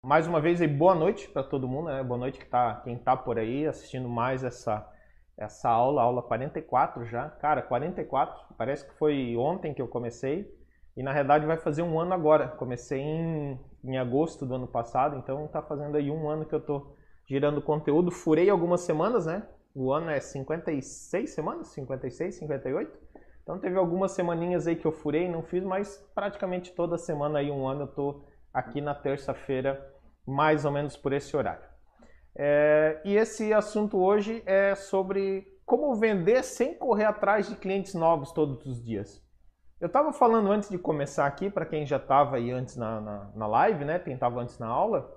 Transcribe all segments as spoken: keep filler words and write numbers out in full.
Mais uma vez, aí, boa noite para todo mundo, né? Boa noite que tá, quem tá por aí assistindo mais essa, essa aula, aula quarenta e quatro já. Cara, quarenta e quatro, parece que foi ontem que eu comecei e na realidade vai fazer um ano agora. Comecei em, em agosto do ano passado, então tá fazendo aí um ano que eu tô gerando conteúdo. Furei algumas semanas, né? O ano é cinquenta e seis semanas, cinquenta e seis, cinquenta e oito. Então teve algumas semaninhas aí que eu furei, não fiz, mas praticamente toda semana aí um ano eu tô aqui na terça-feira, mais ou menos por esse horário. É, e esse assunto hoje é sobre como vender sem correr atrás de clientes novos todos os dias. Eu estava falando antes de começar aqui, para quem já estava aí antes na, na, na live, né, quem estava antes na aula,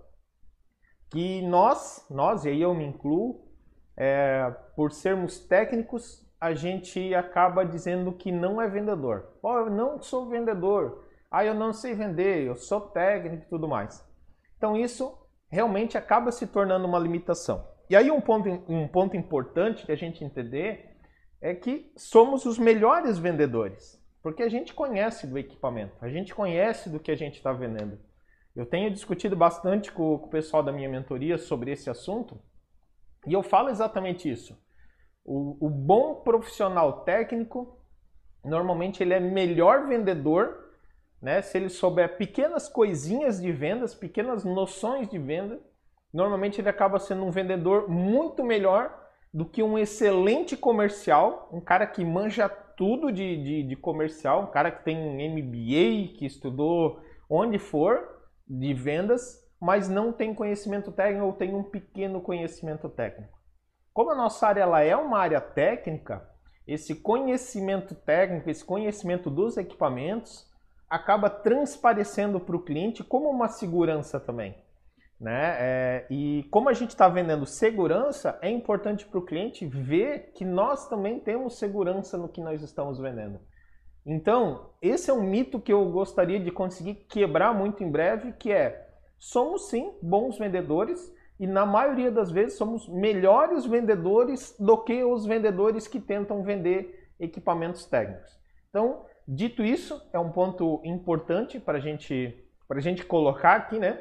que nós, nós, e aí eu me incluo, é, por sermos técnicos, a gente acaba dizendo que não é vendedor. Oh, eu não sou vendedor. Ah, eu não sei vender, eu sou técnico e tudo mais. Então isso realmente acaba se tornando uma limitação. E aí um ponto, um ponto importante de a gente entender é que somos os melhores vendedores, porque a gente conhece do equipamento, a gente conhece do que a gente está vendendo. Eu tenho discutido bastante com o pessoal da minha mentoria sobre esse assunto e eu falo exatamente isso. O, o bom profissional técnico, normalmente ele é melhor vendedor, né? Se ele souber pequenas coisinhas de vendas, pequenas noções de venda, normalmente ele acaba sendo um vendedor muito melhor do que um excelente comercial, um cara que manja tudo de, de, de comercial, um cara que tem M B A, que estudou onde for de vendas, mas não tem conhecimento técnico ou tem um pequeno conhecimento técnico. Como a nossa área ela é uma área técnica, esse conhecimento técnico, esse conhecimento dos equipamentos, acaba transparecendo para o cliente como uma segurança também. Né? É, e como a gente está vendendo segurança, é importante para o cliente ver que nós também temos segurança no que nós estamos vendendo. Então, esse é um mito que eu gostaria de conseguir quebrar muito em breve, que é, somos sim bons vendedores e na maioria das vezes somos melhores vendedores do que os vendedores que tentam vender equipamentos técnicos. Então, dito isso, é um ponto importante para gente, a gente colocar aqui, né?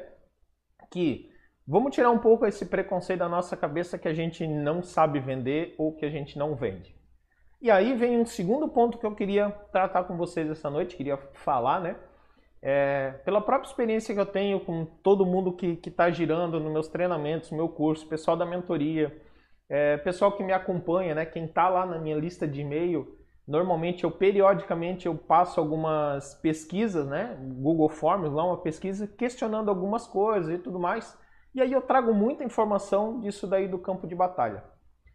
Que vamos tirar um pouco esse preconceito da nossa cabeça que a gente não sabe vender ou que a gente não vende. E aí vem um segundo ponto que eu queria tratar com vocês essa noite, queria falar, né? É, pela própria experiência que eu tenho com todo mundo que está girando nos meus treinamentos, no meu curso, pessoal da mentoria, é, pessoal que me acompanha, né? Quem está lá na minha lista de e-mail, normalmente eu periodicamente eu passo algumas pesquisas, né? Google Forms, lá uma pesquisa questionando algumas coisas e tudo mais. E aí eu trago muita informação disso daí do campo de batalha.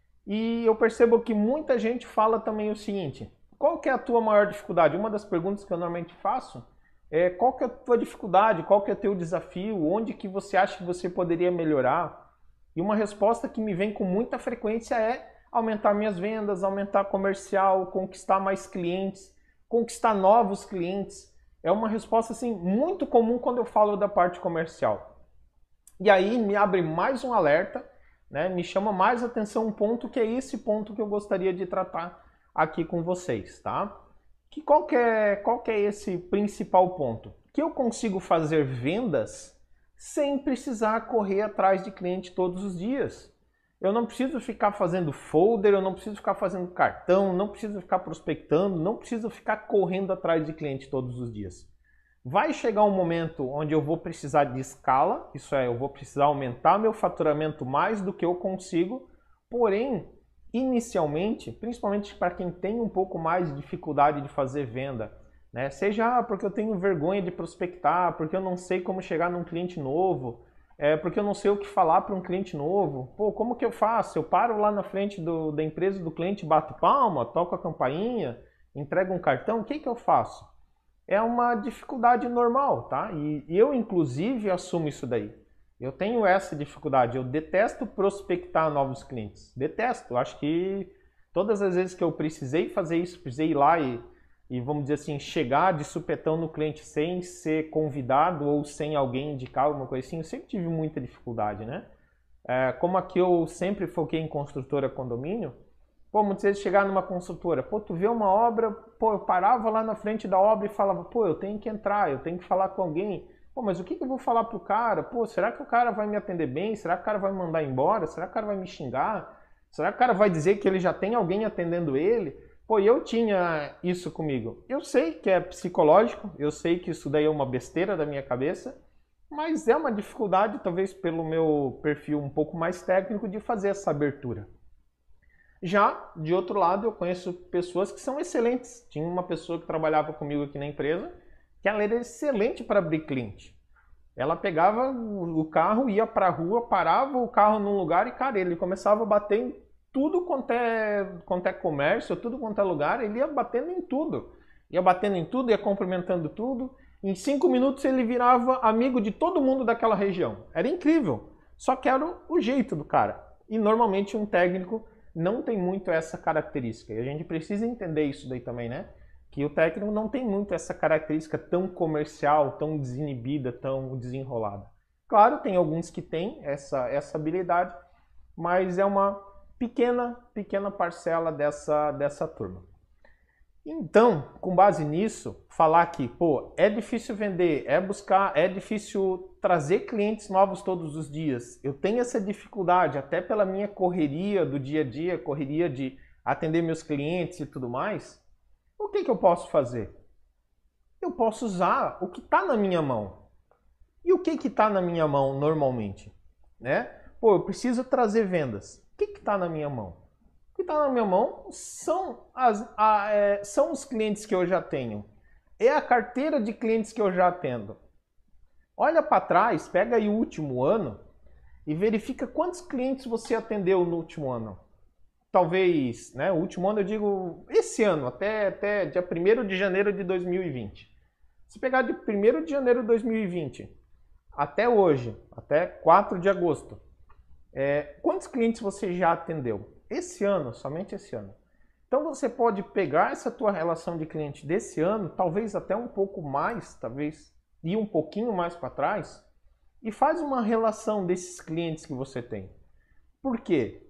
E eu percebo que muita gente fala também o seguinte: qual que é a tua maior dificuldade? Uma das perguntas que eu normalmente faço é qual que é a tua dificuldade, qual que é o teu desafio, onde que você acha que você poderia melhorar? E uma resposta que me vem com muita frequência é aumentar minhas vendas, aumentar comercial, conquistar mais clientes, conquistar novos clientes. É uma resposta assim muito comum quando eu falo da parte comercial. E aí me abre mais um alerta, né? Me chama mais atenção um ponto que é esse ponto que eu gostaria de tratar aqui com vocês, tá? Que qual que é, qual que é esse principal ponto? Que eu consigo fazer vendas sem precisar correr atrás de cliente todos os dias. Eu não preciso ficar fazendo folder, eu não preciso ficar fazendo cartão, não preciso ficar prospectando, não preciso ficar correndo atrás de cliente todos os dias. Vai chegar um momento onde eu vou precisar de escala, isso é, eu vou precisar aumentar meu faturamento mais do que eu consigo, porém, inicialmente, principalmente para quem tem um pouco mais de dificuldade de fazer venda, né? Seja porque eu tenho vergonha de prospectar, porque eu não sei como chegar num cliente novo, é, porque eu não sei o que falar para um cliente novo. Pô, como que eu faço? Eu paro lá na frente do, da empresa do cliente, bato palma, toco a campainha, entrego um cartão, o que que eu faço? É uma dificuldade normal, tá? E eu, inclusive, assumo isso daí. Eu tenho essa dificuldade. Eu detesto prospectar novos clientes. Detesto. Eu acho que todas as vezes que eu precisei fazer isso, precisei ir lá e, e, vamos dizer assim, chegar de supetão no cliente sem ser convidado ou sem alguém indicar alguma coisa assim, eu sempre tive muita dificuldade, né? É, como aqui eu sempre foquei em construtora condomínio, pô, muitas vezes chegar numa construtora, pô, tu vê uma obra, pô, eu parava lá na frente da obra e falava, pô, eu tenho que entrar, eu tenho que falar com alguém. Pô, mas o que, que eu vou falar pro cara? Pô, será que o cara vai me atender bem? Será que o cara vai me mandar embora? Será que o cara vai me xingar? Será que o cara vai dizer que ele já tem alguém atendendo ele? Pô, e eu tinha isso comigo. Eu sei que é psicológico, eu sei que isso daí é uma besteira da minha cabeça, mas é uma dificuldade, talvez pelo meu perfil um pouco mais técnico, de fazer essa abertura. Já, de outro lado, eu conheço pessoas que são excelentes. Tinha uma pessoa que trabalhava comigo aqui na empresa, que ela era excelente para abrir cliente. Ela pegava o carro, ia para a rua, parava o carro num lugar e, cara, ele começava a bater em tudo quanto é, quanto é comércio, tudo quanto é lugar, ele ia batendo em tudo. Ia batendo em tudo, ia cumprimentando tudo. Em cinco minutos ele virava amigo de todo mundo daquela região. Era incrível. Só que era o jeito do cara. E normalmente um técnico não tem muito essa característica. E a gente precisa entender isso daí também, né? Que o técnico não tem muito essa característica tão comercial, tão desinibida, tão desenrolada. Claro, tem alguns que têm essa, essa habilidade, mas é uma pequena, pequena parcela dessa, dessa turma. Então, com base nisso, falar que, pô, é difícil vender, é buscar, é difícil trazer clientes novos todos os dias. Eu tenho essa dificuldade, até pela minha correria do dia a dia, correria de atender meus clientes e tudo mais. O que que eu posso fazer? Eu posso usar o que está na minha mão. E o que que está na minha mão normalmente? Né? Pô, eu preciso trazer vendas. O que que está na minha mão? O que está na minha mão são, as, a, é, são os clientes que eu já tenho. É a carteira de clientes que eu já atendo. Olha para trás, pega aí o último ano e verifica quantos clientes você atendeu no último ano. Talvez, né, o último ano eu digo esse ano, até, até dia primeiro de janeiro de dois mil e vinte. Se pegar de primeiro de janeiro de dois mil e vinte até hoje, até quatro de agosto, é, quantos clientes você já atendeu? Esse ano, somente esse ano. Então você pode pegar essa tua relação de cliente desse ano, talvez até um pouco mais, talvez ir um pouquinho mais para trás, e faz uma relação desses clientes que você tem. Por quê?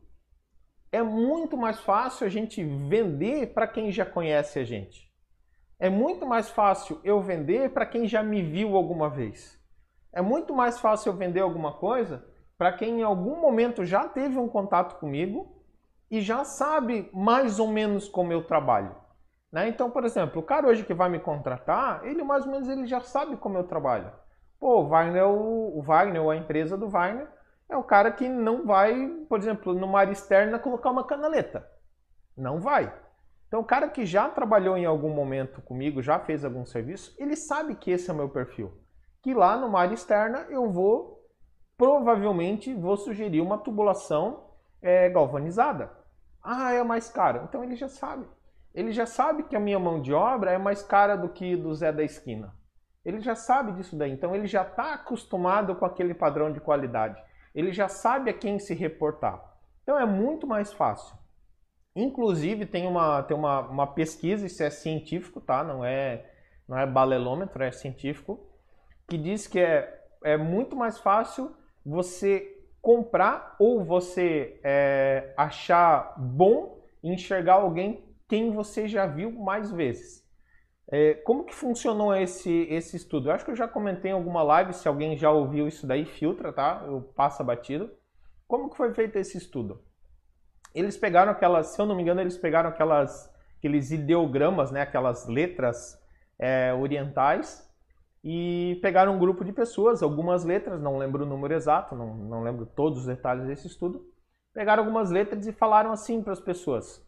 É muito mais fácil a gente vender para quem já conhece a gente. É muito mais fácil eu vender para quem já me viu alguma vez. É muito mais fácil eu vender alguma coisa para quem em algum momento já teve um contato comigo e já sabe mais ou menos como eu trabalho. Né? Então, por exemplo, o cara hoje que vai me contratar, ele mais ou menos ele já sabe como eu trabalho. Pô, o Wagner, o Wagner, ou a empresa do Wagner, é o cara que não vai, por exemplo, numa área externa colocar uma canaleta. Não vai. Então, o cara que já trabalhou em algum momento comigo, já fez algum serviço, ele sabe que esse é o meu perfil. Que lá numa área externa eu vou, provavelmente, vou sugerir uma tubulação é, galvanizada. Ah, é mais caro. Então ele já sabe. Ele já sabe que a minha mão de obra é mais cara do que do Zé da esquina. Ele já sabe disso daí. Então ele já está acostumado com aquele padrão de qualidade. Ele já sabe a quem se reportar. Então é muito mais fácil. Inclusive tem uma, tem uma, uma pesquisa, isso é científico, tá? Não é, não é balelômetro, é científico, que diz que é, é muito mais fácil você comprar ou você é, achar bom enxergar alguém quem você já viu mais vezes. É, como que funcionou esse, esse estudo? Eu acho que eu já comentei em alguma live, se alguém já ouviu isso daí, filtra, tá? Eu passo batido. Como que foi feito esse estudo? Eles pegaram aquelas, se eu não me engano, eles pegaram aquelas, aqueles ideogramas, né? Aquelas letras é, orientais, e pegaram um grupo de pessoas, algumas letras, não lembro o número exato, não, não lembro todos os detalhes desse estudo, pegaram algumas letras e falaram assim para as pessoas: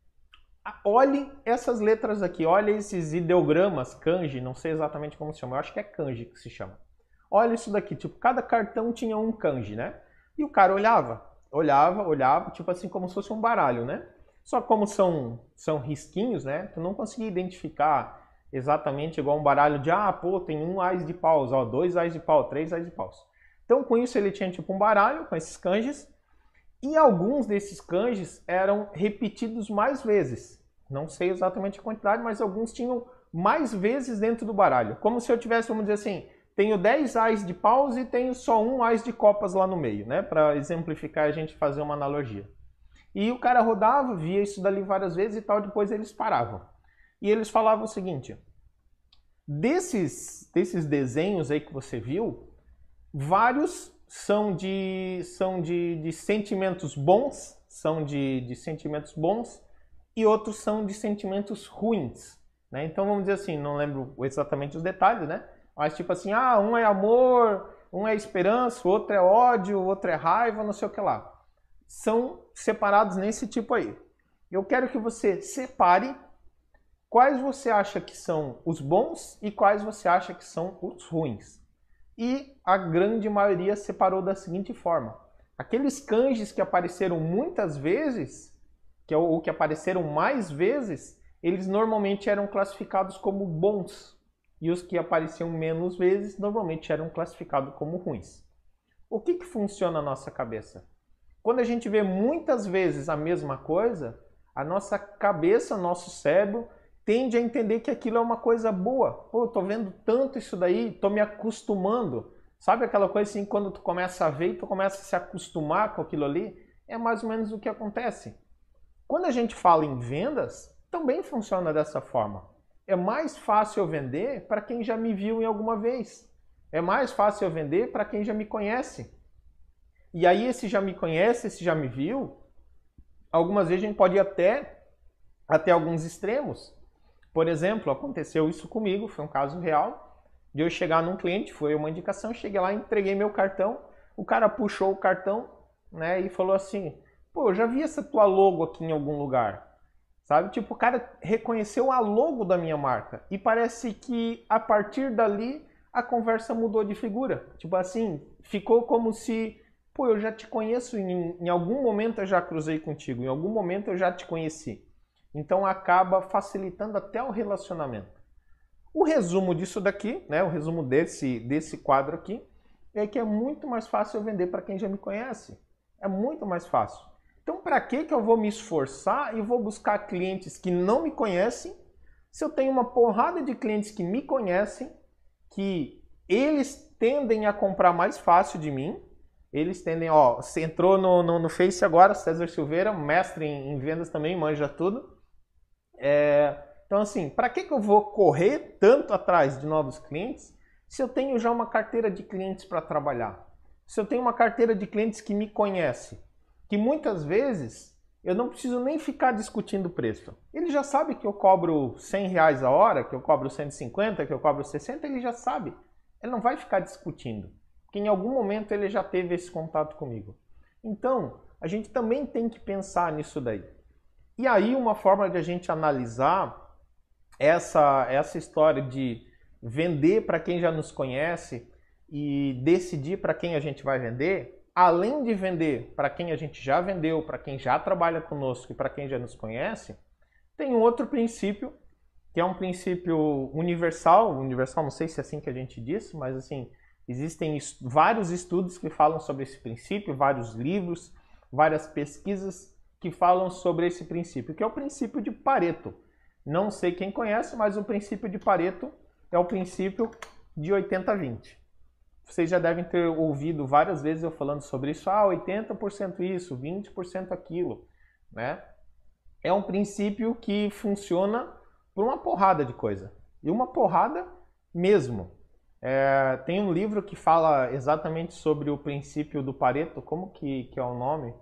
olhe essas letras aqui, olhe esses ideogramas, kanji, não sei exatamente como se chama, eu acho que é kanji que se chama. Olha isso daqui, tipo, cada cartão tinha um kanji, né? E o cara olhava, olhava, olhava, tipo assim, como se fosse um baralho, né? Só como são, são risquinhos, né? Tu não conseguia identificar exatamente igual um baralho de, ah, pô, tem um ás de paus, ó, dois ás de pau, três ás de paus. Então, com isso, ele tinha tipo um baralho com esses kanjis, e alguns desses kanjis eram repetidos mais vezes. Não sei exatamente a quantidade, mas alguns tinham mais vezes dentro do baralho. Como se eu tivesse, vamos dizer assim, tenho dez ás de paus e tenho só um ás de copas lá no meio, né? Para exemplificar, a gente fazer uma analogia. E o cara rodava, via isso dali várias vezes e tal, depois eles paravam. E eles falavam o seguinte: Desses, desses desenhos aí que você viu, vários são de, são de, de sentimentos bons, são de, de sentimentos bons, e outros são de sentimentos ruins, né? Então vamos dizer assim, não lembro exatamente os detalhes, né? Mas tipo assim, ah, um é amor, um é esperança, o outro é ódio, o outro é raiva, não sei o que lá. São separados nesse tipo aí. Eu quero que você separe quais você acha que são os bons e quais você acha que são os ruins. E a grande maioria separou da seguinte forma. Aqueles kanjis que apareceram muitas vezes, que, ou que apareceram mais vezes, eles normalmente eram classificados como bons. E os que apareciam menos vezes, normalmente eram classificados como ruins. O que, que funciona na nossa cabeça? Quando a gente vê muitas vezes a mesma coisa, a nossa cabeça, nosso cérebro, tende a entender que aquilo é uma coisa boa. Pô, eu tô vendo tanto isso daí, tô me acostumando. Sabe aquela coisa assim, quando tu começa a ver e tu começa a se acostumar com aquilo ali? É mais ou menos o que acontece. Quando a gente fala em vendas, também funciona dessa forma. É mais fácil eu vender para quem já me viu em alguma vez. É mais fácil eu vender para quem já me conhece. E aí esse já me conhece, esse já me viu, algumas vezes a gente pode ir até, até alguns extremos. Por exemplo, aconteceu isso comigo, foi um caso real, de eu chegar num cliente, foi uma indicação, cheguei lá, entreguei meu cartão, o cara puxou o cartão, né, e falou assim, pô, eu já vi essa tua logo aqui em algum lugar, sabe? Tipo, o cara reconheceu a logo da minha marca e parece que a partir dali a conversa mudou de figura. Tipo assim, ficou como se, pô, eu já te conheço, em, em algum momento eu já cruzei contigo, em algum momento eu já te conheci. Então acaba facilitando até o relacionamento. O resumo disso daqui, né, o resumo desse, desse quadro aqui, é que é muito mais fácil eu vender para quem já me conhece. É muito mais fácil. Então, para que que eu vou me esforçar e vou buscar clientes que não me conhecem, se eu tenho uma porrada de clientes que me conhecem, que eles tendem a comprar mais fácil de mim, eles tendem, ó, você entrou no, no, no Face agora, César Silveira, mestre em, em vendas também, manja tudo. É, então, assim, para que que eu vou correr tanto atrás de novos clientes se eu tenho já uma carteira de clientes para trabalhar? Se eu tenho uma carteira de clientes que me conhece, que muitas vezes eu não preciso nem ficar discutindo o preço. Ele já sabe que eu cobro cem reais a hora, que eu cobro cento e cinquenta, que eu cobro sessenta, ele já sabe. Ele não vai ficar discutindo, porque em algum momento ele já teve esse contato comigo. Então, a gente também tem que pensar nisso daí. E aí uma forma de a gente analisar essa, essa história de vender para quem já nos conhece e decidir para quem a gente vai vender, além de vender para quem a gente já vendeu, para quem já trabalha conosco e para quem já nos conhece, tem um outro princípio, que é um princípio universal, universal, não sei se é assim que a gente diz, mas assim, existem vários estudos que falam sobre esse princípio, vários livros, várias pesquisas que falam sobre esse princípio, que é o princípio de Pareto. Não sei quem conhece, mas o princípio de Pareto é o princípio de oitenta a vinte. Vocês já devem ter ouvido várias vezes eu falando sobre isso, ah, oitenta por cento isso, vinte por cento aquilo, né? É um princípio que funciona por uma porrada de coisa, e uma porrada mesmo. É, tem um livro que fala exatamente sobre o princípio do Pareto, como que, que é o nome?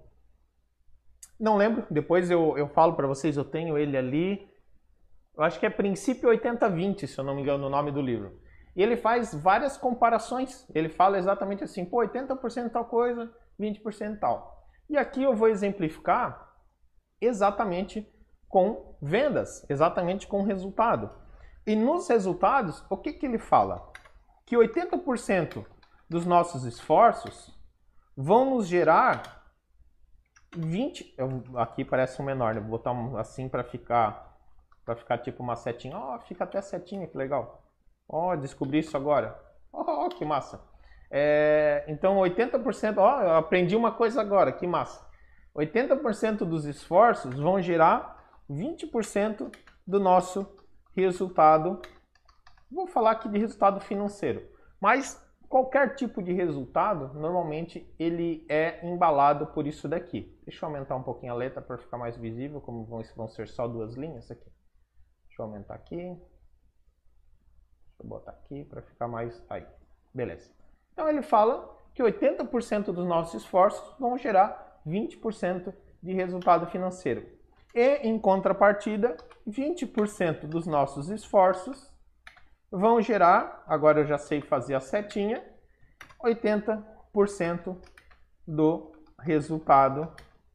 Não lembro, depois eu, eu falo para vocês, eu tenho ele ali. Eu acho que é Princípio oitenta a vinte, se eu não me engano, o nome do livro. E ele faz várias comparações. Ele fala exatamente assim, pô, oitenta por cento tal coisa, vinte por cento tal. E aqui eu vou exemplificar exatamente com vendas, exatamente com resultado. E nos resultados, o que, que ele fala? Que oitenta por cento dos nossos esforços vão nos gerar vinte... Eu, aqui parece um menor, né? Vou botar um assim para ficar... Para ficar tipo uma setinha. Ó, oh, fica até setinha, que legal. Ó, oh, descobri isso agora. Ó, oh, que massa. É, então, oitenta por cento... Ó, oh, eu aprendi uma coisa agora, que massa. oitenta por cento dos esforços vão gerar vinte por cento do nosso resultado. Vou falar aqui de resultado financeiro. Mas qualquer tipo de resultado, normalmente, ele é embalado por isso daqui. Deixa eu aumentar um pouquinho a letra para ficar mais visível, como vão, vão ser só duas linhas aqui. Deixa eu aumentar aqui. Deixa Vou botar aqui para ficar mais... Aí, beleza. Então ele fala que oitenta por cento dos nossos esforços vão gerar vinte por cento de resultado financeiro. E, em contrapartida, vinte por cento dos nossos esforços vão gerar, agora eu já sei fazer a setinha, oitenta por cento do resultado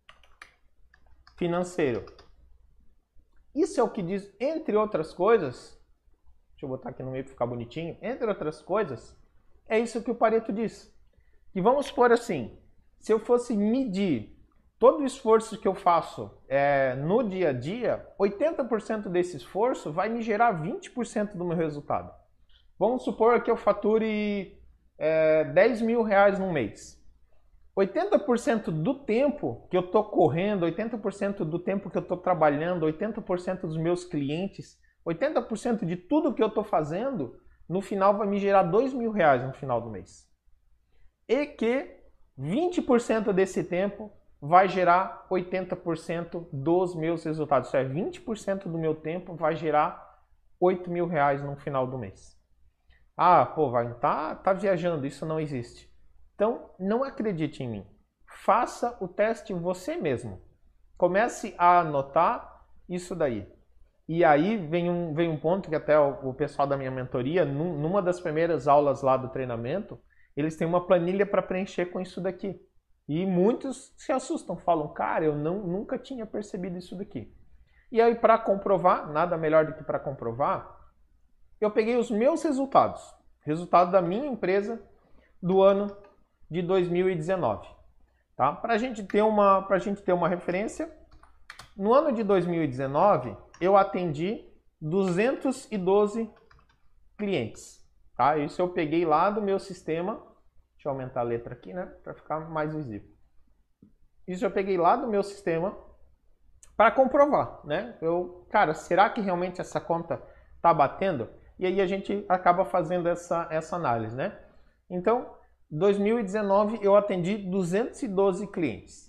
financeiro. Isso é o que diz, entre outras coisas, deixa eu botar aqui no meio para ficar bonitinho, entre outras coisas, é isso que o Pareto diz. E vamos supor assim, se eu fosse medir todo o esforço que eu faço é, no dia a dia, oitenta por cento desse esforço vai me gerar vinte por cento do meu resultado. Vamos supor que eu fature é, dez mil reais no mês. oitenta por cento do tempo que eu estou correndo, oitenta por cento do tempo que eu estou trabalhando, oitenta por cento dos meus clientes, oitenta por cento de tudo que eu estou fazendo, no final vai me gerar dois mil reais no final do mês. E que vinte por cento desse tempo vai gerar oitenta por cento dos meus resultados. Isso é, vinte por cento do meu tempo vai gerar oito mil reais no final do mês. Ah, pô, vai, tá, tá viajando, isso não existe. Então, não acredite em mim. Faça o teste você mesmo. Comece a anotar isso daí. E aí vem um, vem um ponto que até o, o pessoal da minha mentoria, num, numa das primeiras aulas lá do treinamento, eles têm uma planilha para preencher com isso daqui. E muitos se assustam, falam, cara, eu não, nunca tinha percebido isso daqui. E aí, para comprovar, nada melhor do que para comprovar, eu peguei os meus resultados, resultado da minha empresa do ano de dois mil e dezenove. Tá? Para a gente ter uma, pra gente ter uma referência, no ano de dois mil e dezenove, eu atendi duzentos e doze clientes. Tá? Isso eu peguei lá do meu sistema. Deixa eu aumentar a letra aqui, né? Para ficar mais visível. Isso eu peguei lá do meu sistema para comprovar, né? Eu, cara, será que realmente essa conta tá batendo? E aí a gente acaba fazendo essa, essa análise, né? Então, dois mil e dezenove eu atendi duzentos e doze clientes.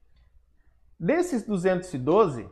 Desses duzentos e doze,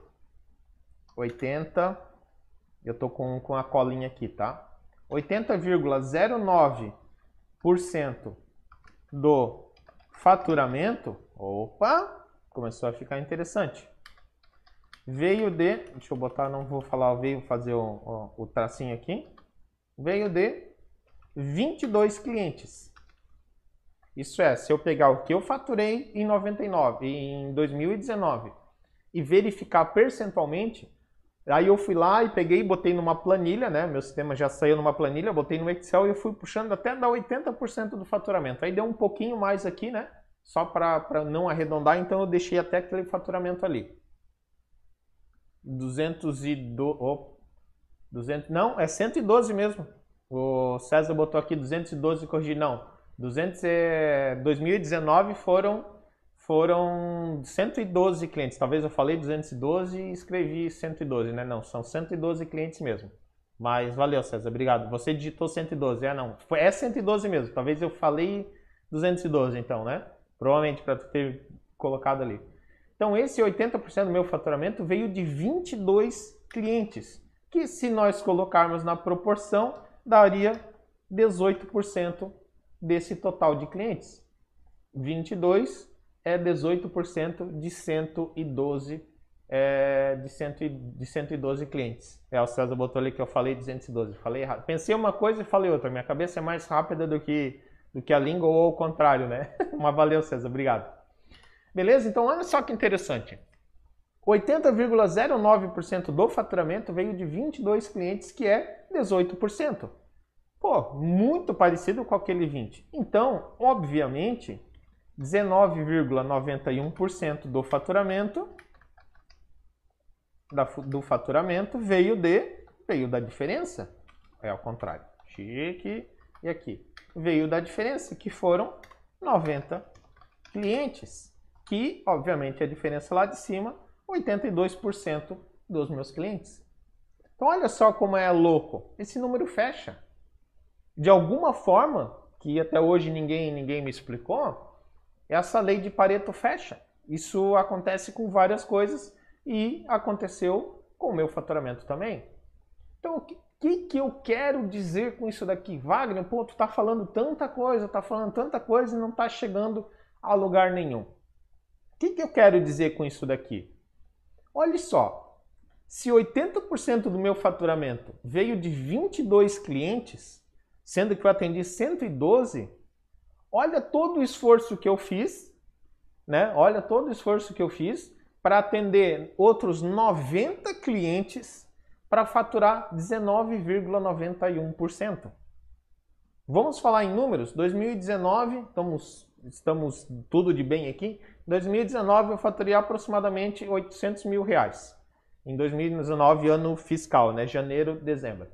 oitenta, eu tô com, com a colinha aqui, tá? oitenta vírgula zero nove por cento do faturamento, opa, começou a ficar interessante. Veio de, deixa eu botar, não vou falar, veio fazer o, o, o tracinho aqui. Veio de vinte e dois clientes. Isso é, se eu pegar o que eu faturei em noventa e nove, em dois mil e dezenove e verificar percentualmente, aí eu fui lá e peguei e botei numa planilha, né? Meu sistema já saiu numa planilha, botei no Excel e eu fui puxando até dar oitenta por cento do faturamento. Aí deu um pouquinho mais aqui, né? Só para não arredondar, então eu deixei até aquele faturamento ali. duzentos e doze, oh, duzentos, não, é cento e doze mesmo. O César botou aqui duzentos e doze, corrigi, não. duzentos é, dois mil e dezenove foram foram cento e doze clientes. Talvez eu falei duzentos e doze e escrevi cento e doze, né? Não, são cento e doze clientes mesmo. Mas valeu, César, obrigado. Você digitou cento e doze, é não. É cento e doze mesmo. Talvez eu falei duzentos e doze então, né? Provavelmente para ter colocado ali. Então esse oitenta por cento do meu faturamento veio de vinte e dois clientes, que se nós colocarmos na proporção, daria dezoito por cento desse total de clientes. vinte e dois é dezoito por cento de cento e doze, é, de, cem, de cento e doze clientes. É, o César botou ali que eu falei duzentos e doze. Falei errado. Pensei uma coisa e falei outra. Minha cabeça é mais rápida do que, do que a língua ou ao contrário, né? Mas valeu, César. Obrigado. Beleza? Então, olha só que interessante. oitenta vírgula zero nove por cento do faturamento veio de vinte e dois clientes, que é dezoito por cento. Pô, muito parecido com aquele vinte. Então, obviamente, dezenove vírgula noventa e um por cento do faturamento da, do faturamento veio de veio da diferença. É ao contrário. Chique e aqui. Veio da diferença, que foram noventa clientes. Que, obviamente, a diferença lá de cima, oitenta e dois por cento dos meus clientes. Então, olha só como é louco. Esse número fecha. De alguma forma, que até hoje ninguém, ninguém me explicou, essa lei de Pareto fecha. Isso acontece com várias coisas e aconteceu com o meu faturamento também. Então, O que, que eu quero dizer com isso daqui? Wagner, pô, tu tá falando tanta coisa, tá falando tanta coisa e não tá chegando a lugar nenhum. O que, que eu quero dizer com isso daqui? Olha só, se oitenta por cento do meu faturamento veio de vinte e dois clientes, sendo que eu atendi cento e doze, olha todo o esforço que eu fiz, né? Olha todo o esforço que eu fiz para atender outros noventa clientes para faturar dezenove vírgula noventa e um por cento. Vamos falar em números? dois mil e dezenove, estamos, estamos tudo de bem aqui. Em dois mil e dezenove eu faturei aproximadamente oitocentos mil reais. Em dois mil e dezenove, ano fiscal, né? Janeiro, dezembro.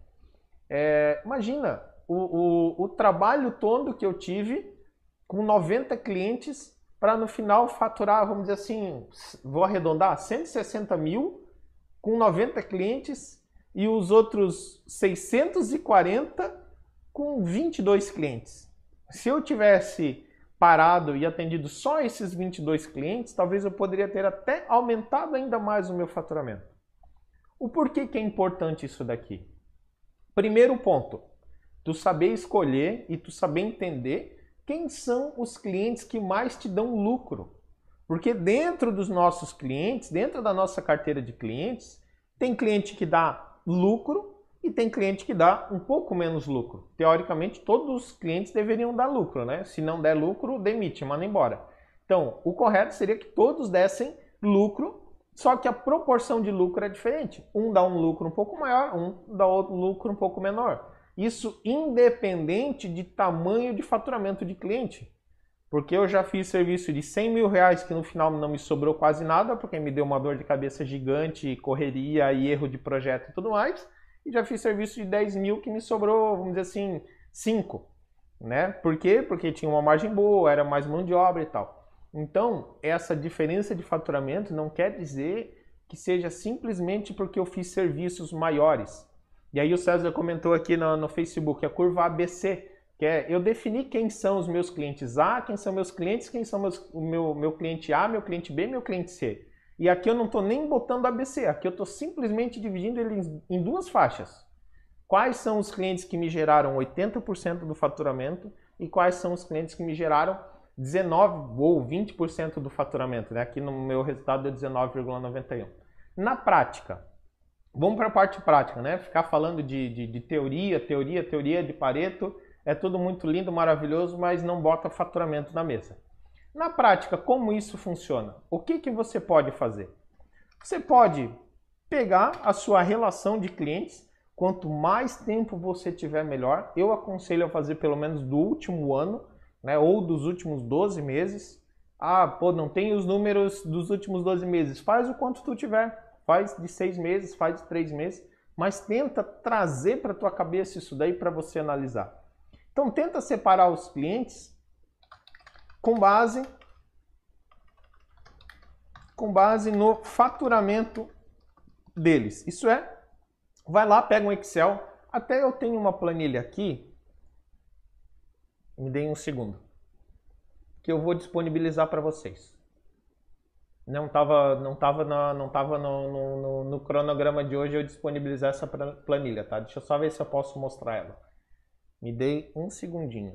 É, imagina o, o, o trabalho todo que eu tive com noventa clientes para no final faturar, vamos dizer assim, vou arredondar, cento e sessenta mil com noventa clientes e os outros seiscentos e quarenta com vinte e dois clientes. Se eu tivesse parado e atendido só esses vinte e dois clientes, talvez eu poderia ter até aumentado ainda mais o meu faturamento. O porquê que é importante isso daqui? Primeiro ponto, tu saber escolher e tu saber entender quem são os clientes que mais te dão lucro. Porque dentro dos nossos clientes, dentro da nossa carteira de clientes, tem cliente que dá lucro e tem cliente que dá um pouco menos lucro. Teoricamente, todos os clientes deveriam dar lucro, né? Se não der lucro, demite, manda embora. Então, o correto seria que todos dessem lucro, só que a proporção de lucro é diferente. Um dá um lucro um pouco maior, um dá outro lucro um pouco menor. Isso independente de tamanho de faturamento de cliente. Porque eu já fiz serviço de cem mil reais que no final não me sobrou quase nada, porque me deu uma dor de cabeça gigante, correria e erro de projeto e tudo mais. E já fiz serviço de dez mil que me sobrou, vamos dizer assim, cinco. Né? Por quê? Porque tinha uma margem boa, era mais mão de obra e tal. Então, essa diferença de faturamento não quer dizer que seja simplesmente porque eu fiz serviços maiores. E aí o César comentou aqui no, no Facebook, a curva A B C, que é eu definir quem são os meus clientes A, quem são meus clientes, quem são meus, o meu, meu cliente A, meu cliente B, meu cliente C. E aqui eu não estou nem botando A B C, aqui eu estou simplesmente dividindo ele em, em duas faixas. Quais são os clientes que me geraram oitenta por cento do faturamento e quais são os clientes que me geraram dezenove por cento ou vinte por cento do faturamento, né? Aqui no meu resultado deu dezenove vírgula noventa e um por cento. Na prática, vamos para a parte prática, né? Ficar falando de, de, de teoria, teoria, teoria de Pareto, é tudo muito lindo, maravilhoso, mas não bota faturamento na mesa. Na prática, como isso funciona? O que, que você pode fazer? Você pode pegar a sua relação de clientes, quanto mais tempo você tiver melhor, eu aconselho a fazer pelo menos do último ano, né, ou dos últimos doze meses. Ah, pô, não tem os números dos últimos doze meses. Faz o quanto tu tiver. Faz de seis meses, faz de três meses. Mas tenta trazer para tua cabeça isso daí para você analisar. Então, tenta separar os clientes com base, com base no faturamento deles. Isso é, vai lá, pega um Excel. Até eu tenho uma planilha aqui. Me deem um segundo, que eu vou disponibilizar para vocês. Não estava não tava na, não tava no, no, no cronograma de hoje eu disponibilizar essa planilha, tá? Deixa eu só ver se eu posso mostrar ela. Me dei um segundinho.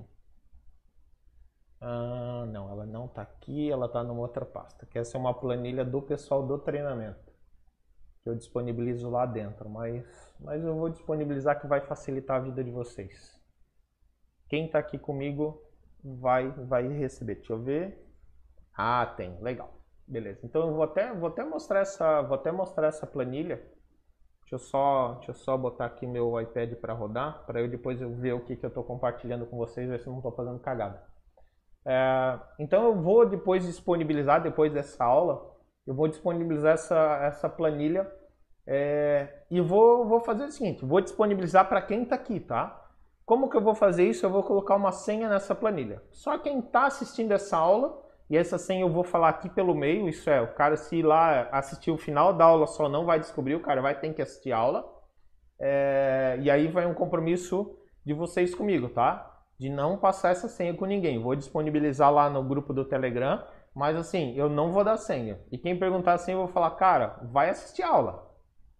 Ah, não, ela não está aqui, ela está numa outra pasta. Que essa é uma planilha do pessoal do treinamento, que eu disponibilizo lá dentro, mas, mas eu vou disponibilizar que vai facilitar a vida de vocês. Quem está aqui comigo vai, vai receber. Deixa eu ver. Ah, tem. Legal. Beleza. Então eu vou até, vou até mostrar essa, vou até mostrar essa planilha. Deixa eu só, deixa eu só botar aqui meu iPad para rodar, para eu depois eu ver o que, que eu estou compartilhando com vocês, ver se eu não estou fazendo cagada. É, então eu vou depois disponibilizar, depois dessa aula, eu vou disponibilizar essa, essa planilha é, e vou, vou fazer o seguinte, vou disponibilizar para quem está aqui, tá? Como que eu vou fazer isso? Eu vou colocar uma senha nessa planilha. Só quem está assistindo essa aula, e essa senha eu vou falar aqui pelo meio, isso é, o cara se ir lá assistir o final da aula só não vai descobrir, o cara vai ter que assistir a aula. É, e aí vai um compromisso de vocês comigo, tá? De não passar essa senha com ninguém. Vou disponibilizar lá no grupo do Telegram, mas assim, eu não vou dar senha. E quem perguntar a senha eu vou falar, cara, vai assistir a aula.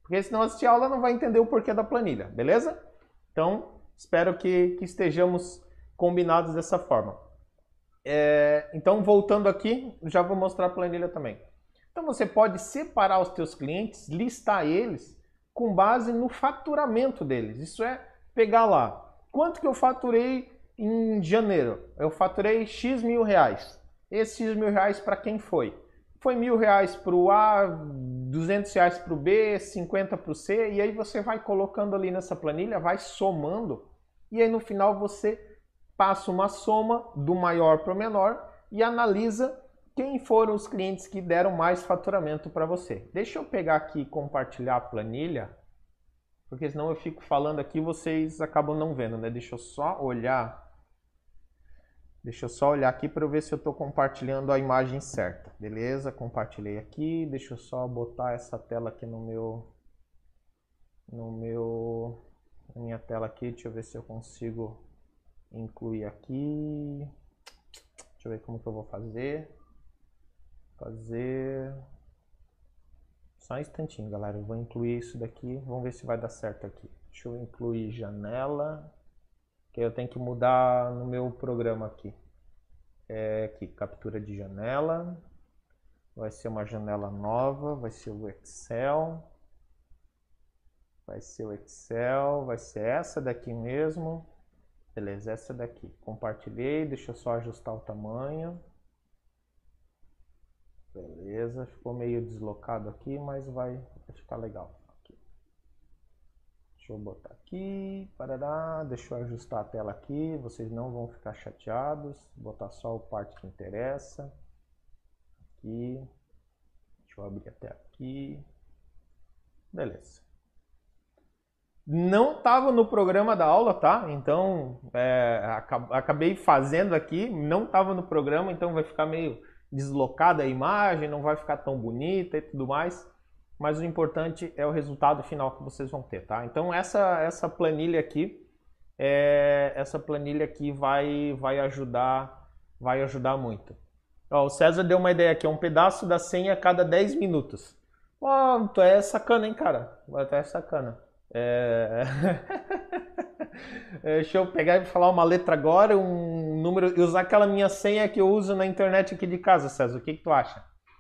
Porque senão assistir a aula não vai entender o porquê da planilha, beleza? Então, espero que, que estejamos combinados dessa forma. É, então, voltando aqui, já vou mostrar a planilha também. Então, você pode separar os teus clientes, listar eles com base no faturamento deles. Isso é pegar lá, quanto que eu faturei em janeiro? Eu faturei X mil reais. Esse X mil reais para quem foi? Foi mil reais para o A, duzentos reais para o B, cinquenta para o C, e aí você vai colocando ali nessa planilha, vai somando, e aí no final você passa uma soma do maior para o menor e analisa quem foram os clientes que deram mais faturamento para você. Deixa eu pegar aqui e compartilhar a planilha, porque senão eu fico falando aqui e vocês acabam não vendo, né? Deixa eu só olhar. Deixa eu só olhar aqui para eu ver se eu estou compartilhando a imagem certa. Beleza, compartilhei aqui. Deixa eu só botar essa tela aqui no meu... No meu... Na minha tela aqui. Deixa eu ver se eu consigo incluir aqui. Deixa eu ver como que eu vou fazer. Fazer... Só um instantinho, galera. Eu vou incluir isso daqui. Vamos ver se vai dar certo aqui. Deixa eu incluir janela. Que eu tenho que mudar no meu programa aqui. É aqui, captura de janela. Vai ser uma janela nova. Vai ser o Excel. Vai ser o Excel. Vai ser essa daqui mesmo. Beleza, essa daqui. Compartilhei. Deixa eu só ajustar o tamanho. Beleza, ficou meio deslocado aqui, mas vai, vai ficar legal. Aqui. Deixa eu botar aqui, parará, deixa eu ajustar a tela aqui, vocês não vão ficar chateados. Vou botar só a parte que interessa. Aqui, deixa eu abrir até aqui. Beleza. Não estava no programa da aula, tá? Então, é, acabei fazendo aqui, não estava no programa, então vai ficar meio... deslocada a imagem, não vai ficar tão bonita e tudo mais, mas o importante é o resultado final que vocês vão ter, tá? Então essa essa planilha aqui, é, essa planilha aqui vai vai ajudar, vai ajudar muito. Ó, o César deu uma ideia aqui, é um pedaço da senha a cada dez minutos. Ó, tu é sacana, hein, cara? Tu é sacana. É... Deixa eu pegar e falar uma letra agora, um número, e usar aquela minha senha que eu uso na internet aqui de casa, César. O que que tu acha?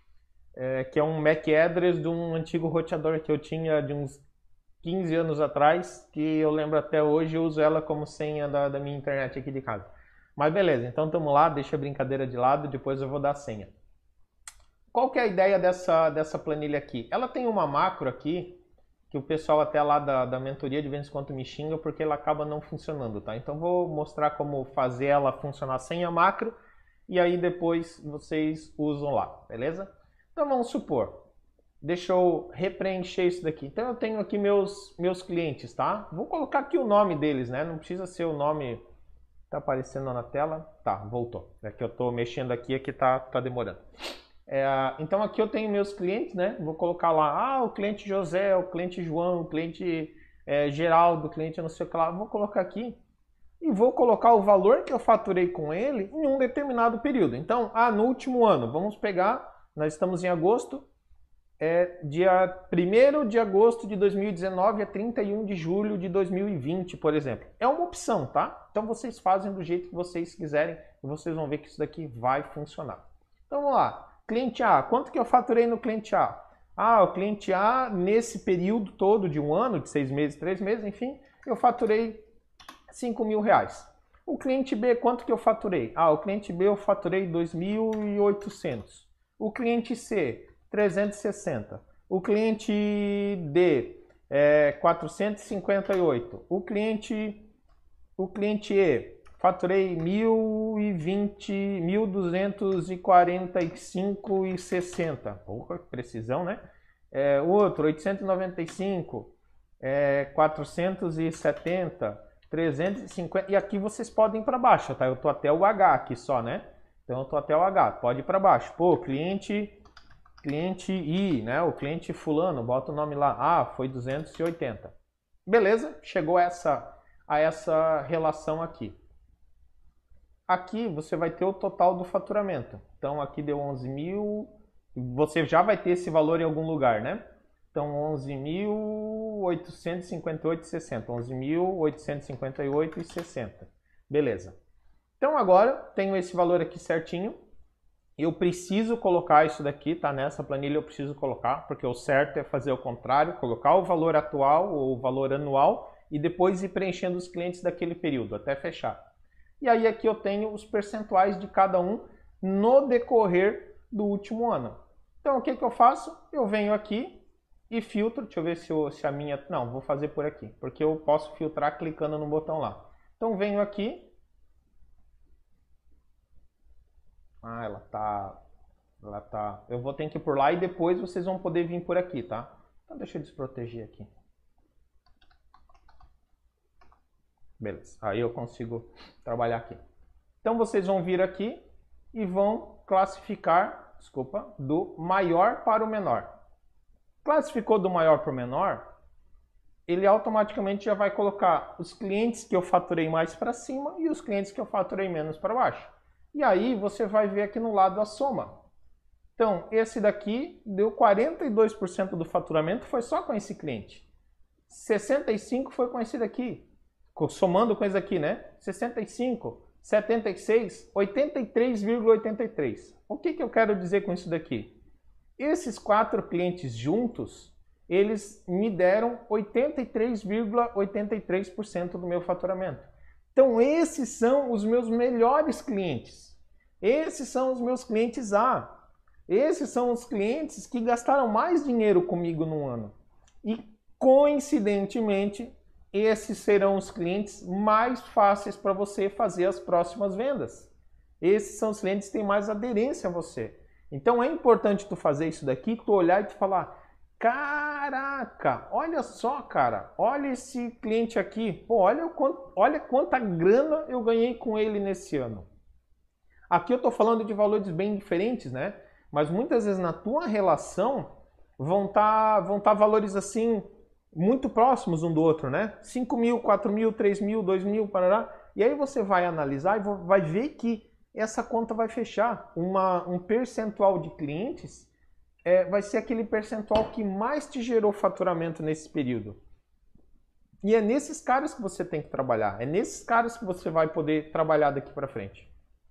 É, que é um M A C address de um antigo roteador que eu tinha de uns quinze anos atrás, que eu lembro até hoje, eu uso ela como senha da, da minha internet aqui de casa. Mas beleza, então estamos lá, deixa a brincadeira de lado, depois eu vou dar a senha. Qual que é a ideia dessa, dessa planilha aqui? Ela tem uma macro aqui, que o pessoal até lá da, da mentoria de vez em quando me xinga porque ela acaba não funcionando, tá? Então vou mostrar como fazer ela funcionar sem a macro e aí depois vocês usam lá, beleza? Então vamos supor, deixa eu repreencher isso daqui. Então eu tenho aqui meus, meus clientes, tá? Vou colocar aqui o nome deles, né? Não precisa ser o nome... Tá aparecendo na tela? Tá, voltou. É que eu tô mexendo aqui, aqui tá, tá demorando. É, então aqui eu tenho meus clientes, né? Vou colocar lá, ah, o cliente José, o cliente João, o cliente é, Geraldo, o cliente não sei o que lá. Vou colocar aqui e vou colocar o valor que eu faturei com ele em um determinado período. Então, ah, no último ano, vamos pegar, nós estamos em agosto, é dia primeiro de agosto de dois mil e dezenove a trinta e um de julho de dois mil e vinte, por exemplo. É uma opção, tá? Então vocês fazem do jeito que vocês quiserem e vocês vão ver que isso daqui vai funcionar. Então vamos lá. Cliente A, quanto que eu faturei no cliente A? Ah, o cliente A, nesse período todo de um ano, de seis meses, três meses, enfim, eu faturei cinco mil reais. O cliente B, quanto que eu faturei? Ah, o cliente B eu faturei dois mil e oitocentos. O cliente C, trezentos e sessenta. O cliente D, é, quatrocentos e cinquenta e oito. O cliente, o cliente E, faturei mil e vinte, mil duzentos e quarenta e cinco e sessenta. Porra, precisão, né? É, outro, oitocentos e noventa e cinco, é, quatrocentos e setenta, trezentos e cinquenta. E aqui vocês podem ir para baixo, tá? Eu tô até o H aqui só, né? Então eu tô até o H. Pode ir para baixo. Pô, cliente, cliente I, né? O cliente fulano, bota o nome lá. Ah, foi duzentos e oitenta. Beleza? Chegou essa, a essa relação aqui. Aqui você vai ter o total do faturamento. Então aqui deu onze mil, você já vai ter esse valor em algum lugar, né? Então, onze mil oitocentos e cinquenta e oito e sessenta. onze mil oitocentos e cinquenta e oito e sessenta. Beleza. Então, agora, tenho esse valor aqui certinho. Eu preciso colocar isso daqui, tá? Nessa planilha eu preciso colocar, porque o certo é fazer o contrário, colocar o valor atual ou o valor anual e depois ir preenchendo os clientes daquele período, até fechar. E aí aqui eu tenho os percentuais de cada um no decorrer do último ano. Então, o que que eu faço? Eu venho aqui e filtro, deixa eu ver se, eu, se a minha... Não, vou fazer por aqui, porque eu posso filtrar clicando no botão lá. Então, venho aqui. Ah, ela tá... Ela tá... Eu vou ter que ir por lá e depois vocês vão poder vir por aqui, tá? Então, deixa eu desproteger aqui. Beleza, aí eu consigo trabalhar aqui. Então, vocês vão vir aqui e vão classificar, desculpa, do maior para o menor. Classificou do maior para o menor, ele automaticamente já vai colocar os clientes que eu faturei mais para cima e os clientes que eu faturei menos para baixo. E aí você vai ver aqui no lado a soma. Então, esse daqui deu quarenta e dois por cento do faturamento, foi só com esse cliente. sessenta e cinco por cento foi com esse daqui. Somando com esse aqui, né? sessenta e cinco, setenta e seis, oitenta e três vírgula oitenta e três. O que que eu quero dizer com isso daqui? Esses quatro clientes juntos, eles me deram oitenta e três vírgula oitenta e três por cento do meu faturamento. Então, esses são os meus melhores clientes. Esses são os meus clientes A. Esses são os clientes que gastaram mais dinheiro comigo no ano. E, coincidentemente, esses serão os clientes mais fáceis para você fazer as próximas vendas. Esses são os clientes que têm mais aderência a você. Então é importante tu fazer isso daqui, tu olhar e tu falar, caraca, olha só, cara, olha esse cliente aqui, pô, olha, o quanto, olha quanta grana eu ganhei com ele nesse ano. Aqui eu estou falando de valores bem diferentes, né? Mas muitas vezes na tua relação vão estar vão tá valores assim, muito próximos um do outro, né? cinco mil, quatro mil, três mil, dois mil, parará. E aí você vai analisar e vai ver que essa conta vai fechar. Uma, um percentual de clientes é, vai ser aquele percentual que mais te gerou faturamento nesse período. E é nesses caras que você tem que trabalhar. É nesses caras que você vai poder trabalhar daqui para frente.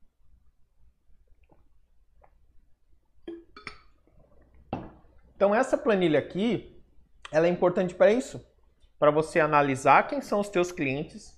Então essa planilha aqui, ela é importante para isso. Para você analisar quem são os teus clientes,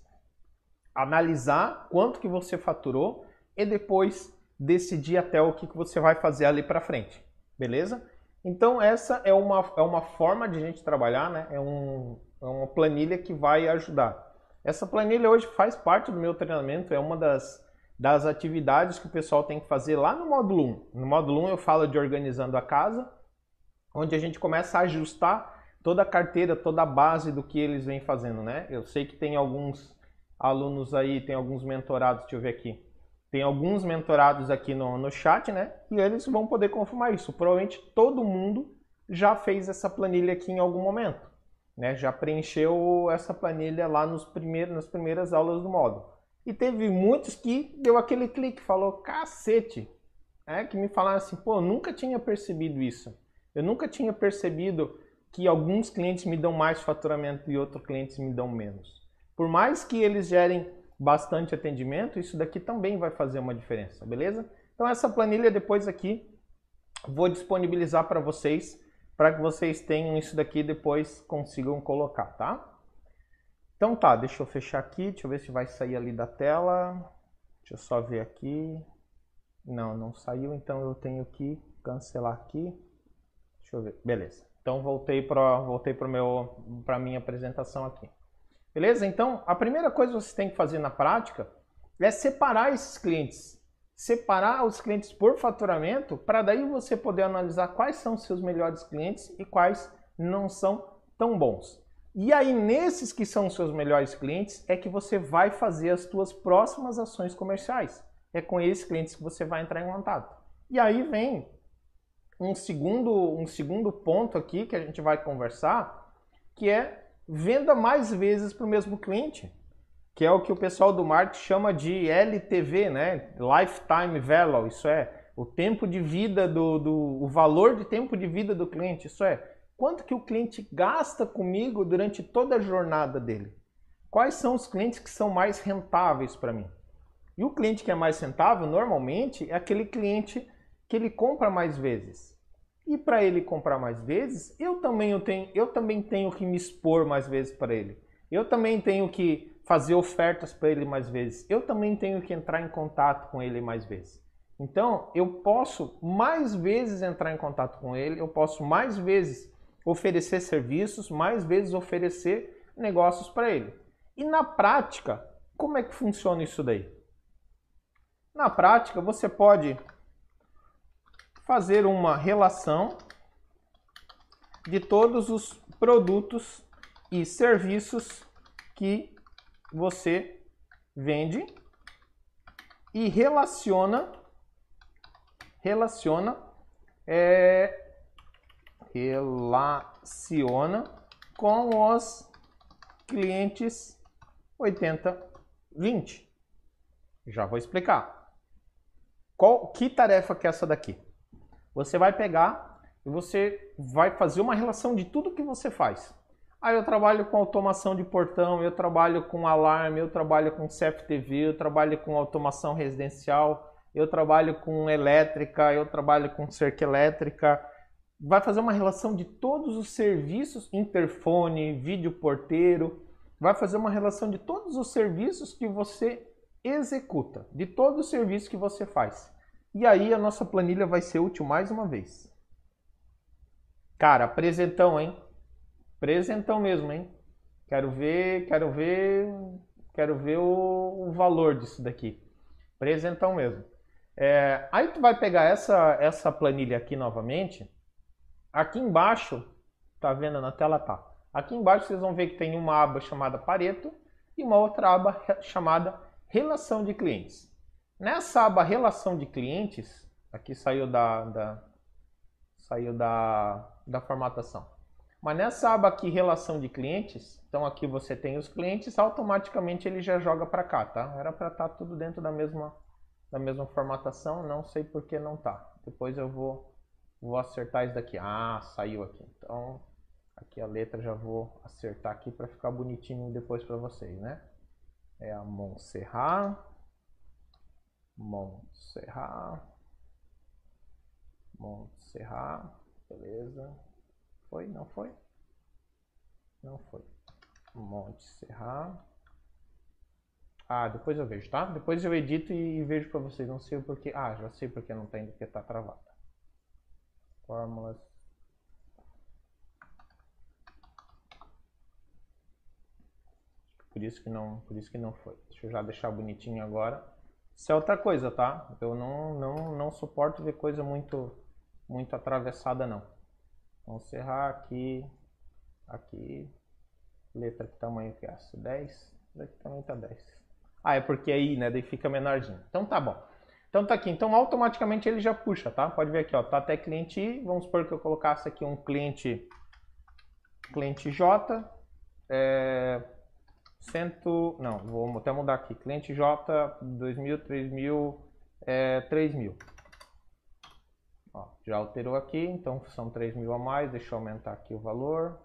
analisar quanto que você faturou, e depois decidir até o que você vai fazer ali para frente, beleza? Então essa é uma, é uma forma de a gente trabalhar, né? É, um, é uma planilha que vai ajudar. Essa planilha hoje faz parte do meu treinamento, é uma das, das atividades que o pessoal tem que fazer lá no módulo um. No módulo um eu falo de organizando a casa, onde a gente começa a ajustar toda a carteira, toda a base do que eles vêm fazendo, né? Eu sei que tem alguns alunos aí, tem alguns mentorados, deixa eu ver aqui. Tem alguns mentorados aqui no, no chat, né? E eles vão poder confirmar isso. Provavelmente todo mundo já fez essa planilha aqui em algum momento, né? Já preencheu essa planilha lá nos primeiros, nas primeiras aulas do módulo. E teve muitos que deu aquele clique, falou, cacete, é, que me falaram assim, pô, eu nunca tinha percebido isso. Eu nunca tinha percebido que alguns clientes me dão mais faturamento e outros clientes me dão menos. Por mais que eles gerem bastante atendimento, isso daqui também vai fazer uma diferença, beleza? Então essa planilha depois aqui vou disponibilizar para vocês, para que vocês tenham isso daqui e depois consigam colocar, tá? Então tá, deixa eu fechar aqui, deixa eu ver se vai sair ali da tela. Deixa eu só ver aqui. Não, não saiu, então eu tenho que cancelar aqui. Deixa eu ver, beleza. Então voltei para voltei para meu para minha apresentação aqui. Beleza? Então, a primeira coisa que você tem que fazer na prática é separar esses clientes. Separar os clientes por faturamento, para daí você poder analisar quais são os seus melhores clientes e quais não são tão bons. E aí, nesses que são os seus melhores clientes, é que você vai fazer as suas próximas ações comerciais. É com esses clientes que você vai entrar em contato. E aí vem um segundo, um segundo ponto aqui que a gente vai conversar, que é venda mais vezes para o mesmo cliente, que é o que o pessoal do marketing chama de L T V, né? Lifetime Value, isso é, o tempo de vida, do, do, o valor de tempo de vida do cliente, isso é, quanto que o cliente gasta comigo durante toda a jornada dele. Quais são os clientes que são mais rentáveis para mim? E o cliente que é mais rentável, normalmente, é aquele cliente que ele compra mais vezes. E para ele comprar mais vezes, eu também, eu, tenho, eu também tenho que me expor mais vezes para ele. Eu também tenho que fazer ofertas para ele mais vezes. Eu também tenho que entrar em contato com ele mais vezes. Então, eu posso mais vezes entrar em contato com ele, eu posso mais vezes oferecer serviços, mais vezes oferecer negócios para ele. E na prática, como é que funciona isso daí? Na prática, você pode fazer uma relação de todos os produtos e serviços que você vende e relaciona, relaciona, é, relaciona com os clientes oitenta vinte. Já vou explicar. Qual, que tarefa que é essa daqui? Você vai pegar e você vai fazer uma relação de tudo que você faz. Ah, eu trabalho com automação de portão, eu trabalho com alarme, eu trabalho com C F T V, eu trabalho com automação residencial, eu trabalho com elétrica, eu trabalho com cerca elétrica. Vai fazer uma relação de todos os serviços, interfone, vídeo porteiro, vai fazer uma relação de todos os serviços que você executa, de todo o serviço que você faz. E aí a nossa planilha vai ser útil mais uma vez. Cara, presentão, hein? Presentão mesmo, hein? Quero ver, quero ver, quero ver o, o valor disso daqui. Presentão mesmo. É, aí tu vai pegar essa, essa planilha aqui novamente. Aqui embaixo, tá vendo na tela? Tá. Aqui embaixo vocês vão ver que tem uma aba chamada Pareto e uma outra aba chamada Relação de Clientes. Nessa aba Relação de Clientes, aqui saiu da, da, saiu da, da formatação. Mas nessa aba aqui, Relação de Clientes, então aqui você tem os clientes, automaticamente ele já joga para cá, tá? Era para estar tudo dentro da mesma, da mesma formatação, não sei por que não tá. Depois eu vou, vou acertar isso daqui. Ah, saiu aqui. Então, aqui a letra já vou acertar aqui para ficar bonitinho depois para vocês, né? É a Montserrat. Montserrat. Montserrat. Beleza. Foi? Não foi? Não foi. Montserrat. Ah, depois eu vejo, tá? Depois eu edito e vejo pra vocês. Não sei o porquê. Ah, já sei porque não tem, porque tá travado. Fórmulas. Por isso que não, por isso que não foi. Deixa eu já deixar bonitinho agora. Isso é outra coisa, tá? Eu não, não, não suporto ver coisa muito, muito atravessada, não. Vamos encerrar aqui, aqui, letra que tamanho que é essa? dez? Daqui também tá dez. Ah, é porque aí, né, daí fica menorzinho. Então tá bom. Então tá aqui, então automaticamente ele já puxa, tá? Pode ver aqui, ó, tá até cliente I, vamos supor que eu colocasse aqui um cliente, cliente J, é, cento, não, vou até mudar aqui, cliente J, dois mil, três mil, é, três mil. Ó, já alterou aqui, então são três mil a mais, deixa eu aumentar aqui o valor.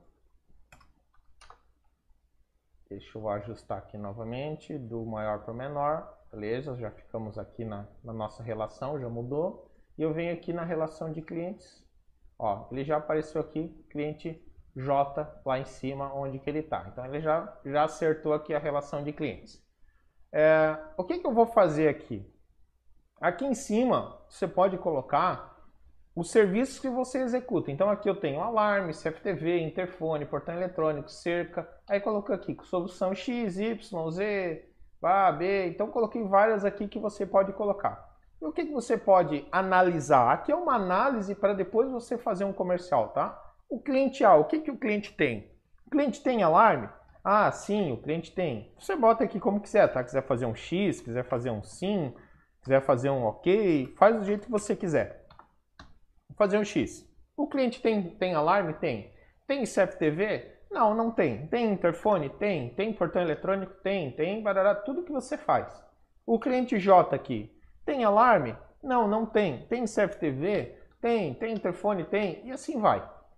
Deixa eu ajustar aqui novamente, do maior para o menor, beleza, já ficamos aqui na, na nossa relação, já mudou. E eu venho aqui na relação de clientes, ó, ele já apareceu aqui, cliente J lá em cima, onde que ele está. Então ele já, já acertou aqui a relação de clientes. É, o que que eu vou fazer aqui? Aqui em cima, você pode colocar os serviços que você executa. Então aqui eu tenho alarme, C F T V, interfone, portão eletrônico, cerca. Aí coloquei aqui solução X, Y, Z, A, B. Então coloquei várias aqui que você pode colocar. E o que que você pode analisar? Aqui é uma análise para depois você fazer um comercial, tá? O cliente A, o que que o cliente tem? O cliente tem alarme? Ah, sim, o cliente tem. Você bota aqui como quiser, tá? Quiser fazer um X, quiser fazer um sim, quiser fazer um OK, faz do jeito que você quiser. Vou fazer um X. O cliente tem, tem alarme? Tem. Tem C F T V? Não, não tem. Tem interfone? Tem. Tem portão eletrônico? Tem. Tem barará, tudo que você faz. O cliente J aqui, tem alarme? Não, não tem. Tem C F T V? Tem. Tem interfone? Tem. E assim vai.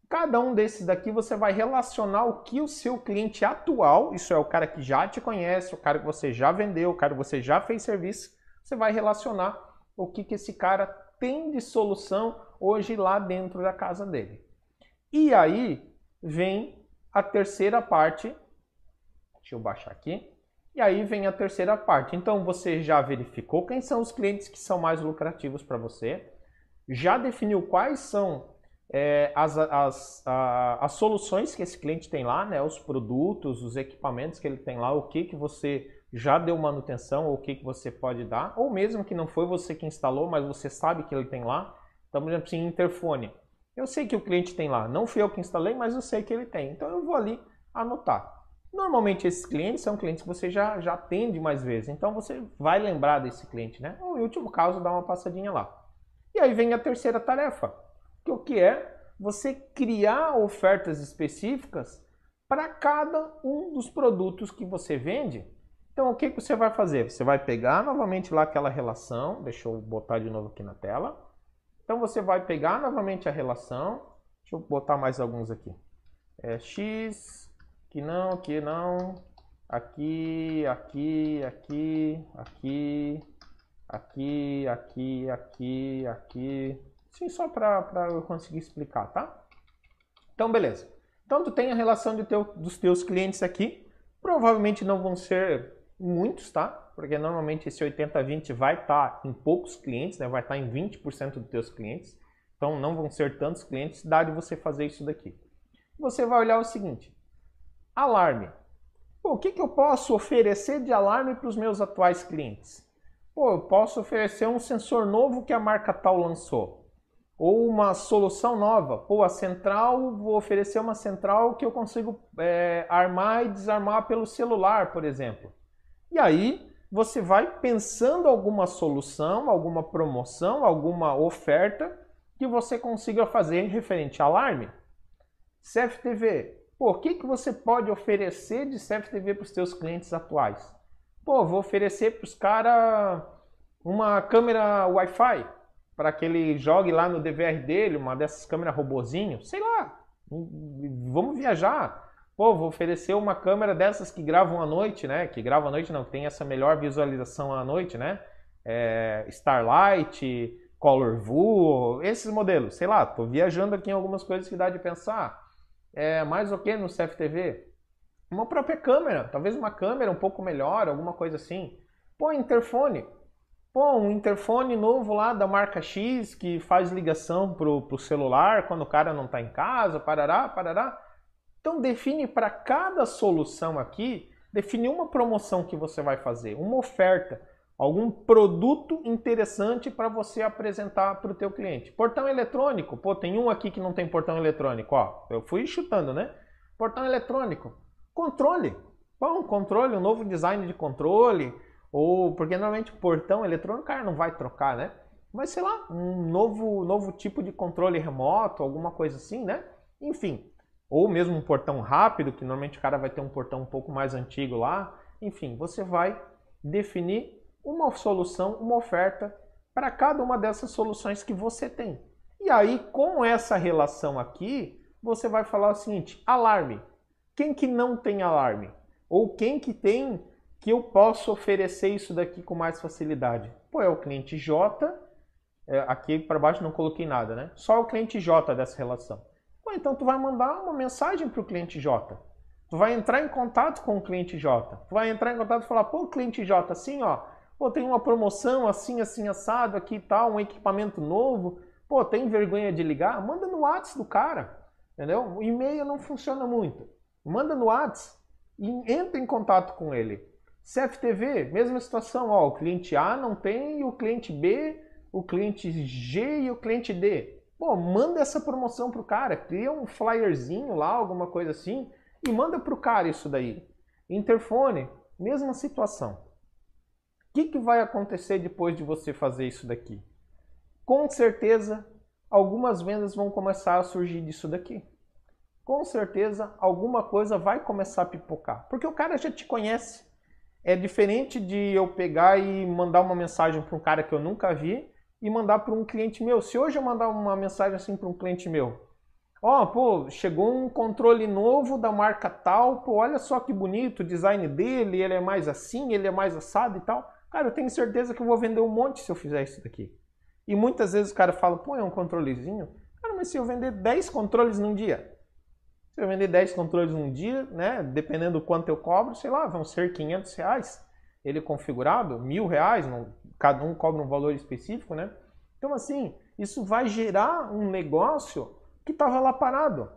Cada um desses daqui você vai relacionar o que o seu cliente atual, isso é o cara que já te conhece, o cara que você já vendeu, o cara que você já fez serviço, você vai relacionar o que, que esse cara tem de solução hoje lá dentro da casa dele. E aí vem a terceira parte, deixa eu baixar aqui, e aí vem a terceira parte. Então você já verificou quem são os clientes que são mais lucrativos para você, já definiu quais são É, as, as, a, as soluções que esse cliente tem lá, né, os produtos, os equipamentos que ele tem lá, o que, que você já deu manutenção, ou o que, que você pode dar, ou mesmo que não foi você que instalou, mas você sabe que ele tem lá. Então, por exemplo, assim, interfone. Eu sei que o cliente tem lá, não fui eu que instalei, mas eu sei que ele tem. Então eu vou ali anotar. Normalmente esses clientes são clientes que você já, já atende mais vezes, então você vai lembrar desse cliente, né? Ou em último caso, dá uma passadinha lá. E aí vem a terceira tarefa, que o que é você criar ofertas específicas para cada um dos produtos que você vende. Então o que, que você vai fazer? Você vai pegar novamente lá aquela relação, deixa eu botar de novo aqui na tela. Então você vai pegar novamente a relação, deixa eu botar mais alguns aqui. É X, que não, que não, aqui, aqui, aqui, aqui, aqui, aqui, aqui, aqui. Sim, só para eu conseguir explicar, tá? Então, beleza. Então, tu tem a relação de teu, dos teus clientes aqui. Provavelmente não vão ser muitos, tá? Porque normalmente esse oitenta vinte vai estar em poucos clientes, né? Vai estar em vinte por cento dos teus clientes. Então, não vão ser tantos clientes. Dá de você fazer isso daqui. Você vai olhar o seguinte. Alarme. Pô, o que, que eu posso oferecer de alarme para os meus atuais clientes? Pô, eu posso oferecer um sensor novo que a marca tal lançou. Ou uma solução nova. Pô, a central, vou oferecer uma central que eu consigo é, armar e desarmar pelo celular, por exemplo. E aí, você vai pensando alguma solução, alguma promoção, alguma oferta que você consiga fazer referente a alarme. C F T V. Pô, o que, que você pode oferecer de C F T V para os seus clientes atuais? Pô, vou oferecer para os caras uma câmera Wi-Fi, para que ele jogue lá no D V R dele, uma dessas câmeras robozinho, sei lá, vamos viajar. Pô, vou oferecer uma câmera dessas que gravam à noite, né? Que gravam à noite não, tem essa melhor visualização à noite, né? É, Starlight, Color View, esses modelos, sei lá, tô viajando aqui em algumas coisas que dá de pensar. É, mais o que no C F T V? Uma própria câmera, talvez uma câmera um pouco melhor, alguma coisa assim. Pô, interfone. Pô, um interfone novo lá da marca X que faz ligação pro, pro celular quando o cara não está em casa, parará, parará. Então define para cada solução aqui, define uma promoção que você vai fazer, uma oferta, algum produto interessante para você apresentar para o teu cliente. Portão eletrônico, pô, tem um aqui que não tem portão eletrônico, ó, eu fui chutando, né? Portão eletrônico, controle, bom, controle, um novo design de controle, ou porque normalmente portão eletrônico, cara, não vai trocar, né? Mas sei lá, um novo, novo tipo de controle remoto, alguma coisa assim, né? Enfim, ou mesmo um portão rápido, que normalmente o cara vai ter um portão um pouco mais antigo lá. Enfim, você vai definir uma solução, uma oferta para cada uma dessas soluções que você tem. E aí, com essa relação aqui, você vai falar o seguinte, alarme. Quem que não tem alarme? Ou quem que tem que eu posso oferecer isso daqui com mais facilidade? Pô, é o cliente J, é, aqui para baixo não coloquei nada, né? Só o cliente J dessa relação. Pô, então tu vai mandar uma mensagem para o cliente J. Tu vai entrar em contato com o cliente J. Tu vai entrar em contato e falar, pô, cliente J, assim, ó, pô, tem uma promoção assim, assim, assado aqui e tal, um equipamento novo. Pô, tem vergonha de ligar? Manda no WhatsApp do cara, entendeu? O e-mail não funciona muito. Manda no WhatsApp e entra em contato com ele. C F T V, mesma situação, ó, o cliente A não tem, e o cliente B, o cliente G e o cliente D. Pô, manda essa promoção pro cara, cria um flyerzinho lá, alguma coisa assim, e manda pro cara isso daí. Interfone, mesma situação. O que, que vai acontecer depois de você fazer isso daqui? Com certeza, algumas vendas vão começar a surgir disso daqui. Com certeza, alguma coisa vai começar a pipocar, porque o cara já te conhece. É diferente de eu pegar e mandar uma mensagem para um cara que eu nunca vi e mandar para um cliente meu. Se hoje eu mandar uma mensagem assim para um cliente meu, Ó, pô, chegou um controle novo da marca tal, pô, olha só que bonito o design dele, ele é mais assim, ele é mais assado e tal. Cara, eu tenho certeza que eu vou vender um monte se eu fizer isso daqui. E muitas vezes o cara fala, pô, é um controlezinho. Cara, mas se eu vender dez controles num dia? Se eu vender dez controles num dia, né, dependendo do quanto eu cobro, sei lá, vão ser quinhentos reais. Ele configurado, mil reais, não, cada um cobra um valor específico, né? Então, assim, isso vai gerar um negócio que estava lá parado.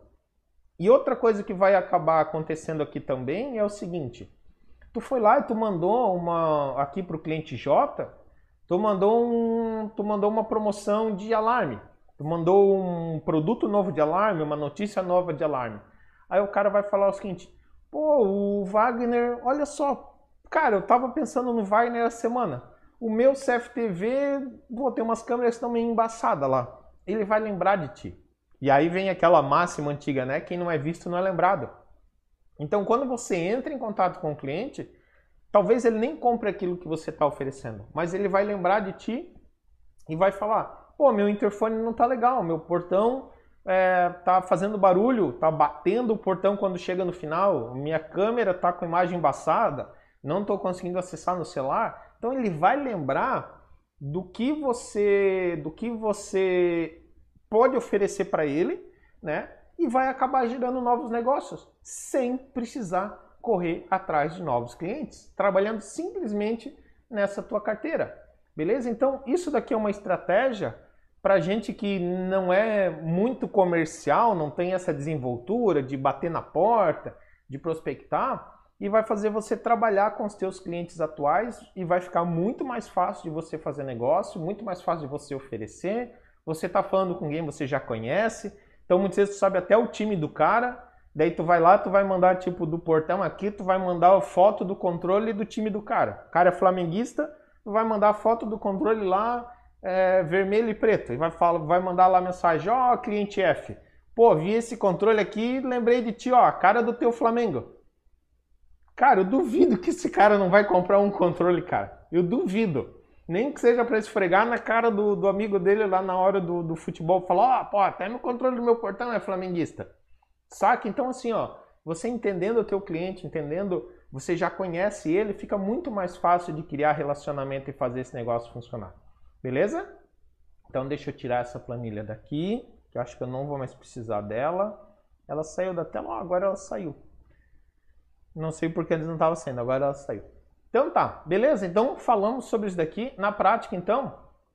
E outra coisa que vai acabar acontecendo aqui também é o seguinte: tu foi lá e tu mandou uma aqui para o cliente J, tu mandou um, tu mandou uma promoção de alarme, tu mandou um produto novo de alarme, uma notícia nova de alarme. Aí o cara vai falar o seguinte: pô, o Wagner, olha só, cara, eu tava pensando no Wagner essa semana. O meu C F T V, pô, tem umas câmeras também embaçadas lá. Ele vai lembrar de ti. E aí vem aquela máxima antiga, né? Quem não é visto não é lembrado. Então, quando você entra em contato com o cliente, talvez ele nem compre aquilo que você está oferecendo, mas ele vai lembrar de ti e vai falar: pô, meu interfone não tá legal, meu portão é, tá fazendo barulho, tá batendo o portão quando chega no final, minha câmera tá com imagem embaçada, não estou conseguindo acessar no celular. Então, ele vai lembrar do que você, do que você pode oferecer para ele, né? E vai acabar gerando novos negócios sem precisar correr atrás de novos clientes, trabalhando simplesmente nessa tua carteira, beleza? Então isso daqui é uma estratégia para gente que não é muito comercial, não tem essa desenvoltura de bater na porta, de prospectar, e vai fazer você trabalhar com os teus clientes atuais e vai ficar muito mais fácil de você fazer negócio, muito mais fácil de você oferecer. Você está falando com quem você já conhece, então muitas vezes tu sabe até o time do cara, daí tu vai lá, tu vai mandar tipo do portão aqui, tu vai mandar a foto do controle do time do cara. O cara é flamenguista, tu vai mandar a foto do controle lá é, vermelho e preto, e vai, falar, vai mandar lá a mensagem: ó, oh, cliente F, pô, vi esse controle aqui, lembrei de ti, ó, a cara do teu Flamengo. Cara, eu duvido que esse cara não vai comprar um controle, cara, eu duvido. Nem que seja para esfregar na cara do, do amigo dele lá na hora do, do futebol, falar: ó, oh, pô, até no controle do meu portão é flamenguista. Saca? Então assim, ó, você entendendo o teu cliente, entendendo, você já conhece ele, fica muito mais fácil de criar relacionamento e fazer esse negócio funcionar. Beleza? Então deixa eu tirar essa planilha daqui, que eu acho que eu não vou mais precisar dela. Ela saiu da tela, ó, agora ela saiu. Não sei porque eles não estavam saindo, agora ela saiu. Então tá, beleza? Então falamos sobre isso daqui. Na prática, então,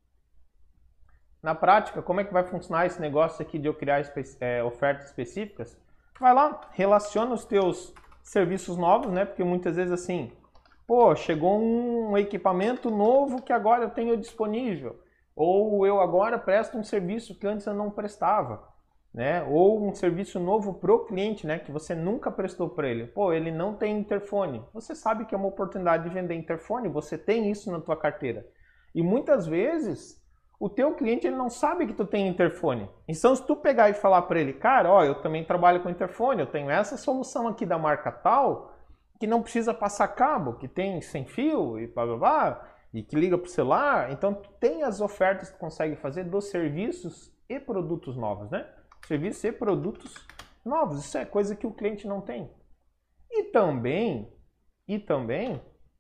na prática, como é que vai funcionar esse negócio aqui de eu criar é, ofertas específicas? Vai lá, relaciona os teus serviços novos, né? Porque muitas vezes assim, pô, chegou um equipamento novo que agora eu tenho disponível. Ou eu agora presto um serviço que antes eu não prestava, né? Ou um serviço novo pro cliente, né? Que você nunca prestou para ele. Pô, ele não tem interfone. Você sabe que é uma oportunidade de vender interfone, você tem isso na tua carteira. E muitas vezes o teu cliente ele não sabe que tu tem interfone. Então se tu pegar e falar para ele: cara, ó, eu também trabalho com interfone, eu tenho essa solução aqui da marca tal, que não precisa passar cabo, que tem sem fio e blá blá blá, e que liga pro celular. Então tu tem as ofertas que tu consegue fazer dos serviços e produtos novos, né? Serviços e produtos novos, isso é coisa que o cliente não tem. E também, e também,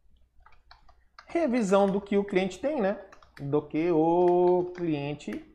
revisão do que o cliente tem, né? Do que o cliente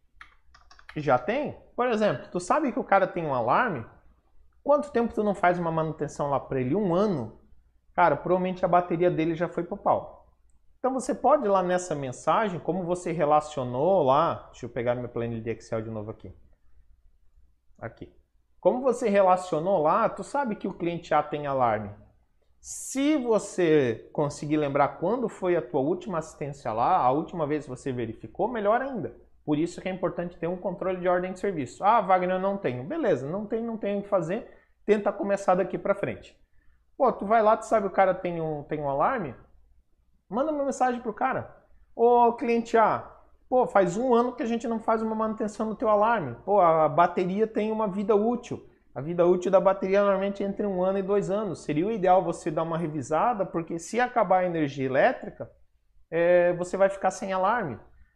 já tem. Por exemplo, tu sabe que o cara tem um alarme? Quanto tempo tu não faz uma manutenção lá para ele? Um ano? Cara, provavelmente a bateria dele já foi pro pau. Então você pode ir lá nessa mensagem, como você relacionou lá, deixa eu pegar minha planilha de Excel de novo aqui. Aqui. Como você relacionou lá, tu sabe que o cliente já tem alarme. Se você conseguir lembrar quando foi a tua última assistência lá, a última vez que você verificou, melhor ainda. Por isso que é importante ter um controle de ordem de serviço. Ah, Wagner, eu não tenho. Beleza, não tem, não tem o que fazer. Tenta começar daqui para frente. Pô, tu vai lá, tu sabe que o cara tem um, tem um alarme? Manda uma mensagem pro cara. Ô, cliente A, pô, faz um ano que a gente não faz uma manutenção no teu alarme. Pô, a bateria tem uma vida útil. A vida útil da bateria normalmente é entre um ano e dois anos. Seria o ideal você dar uma revisada, porque se acabar a energia elétrica, é, você vai ficar sem alarme.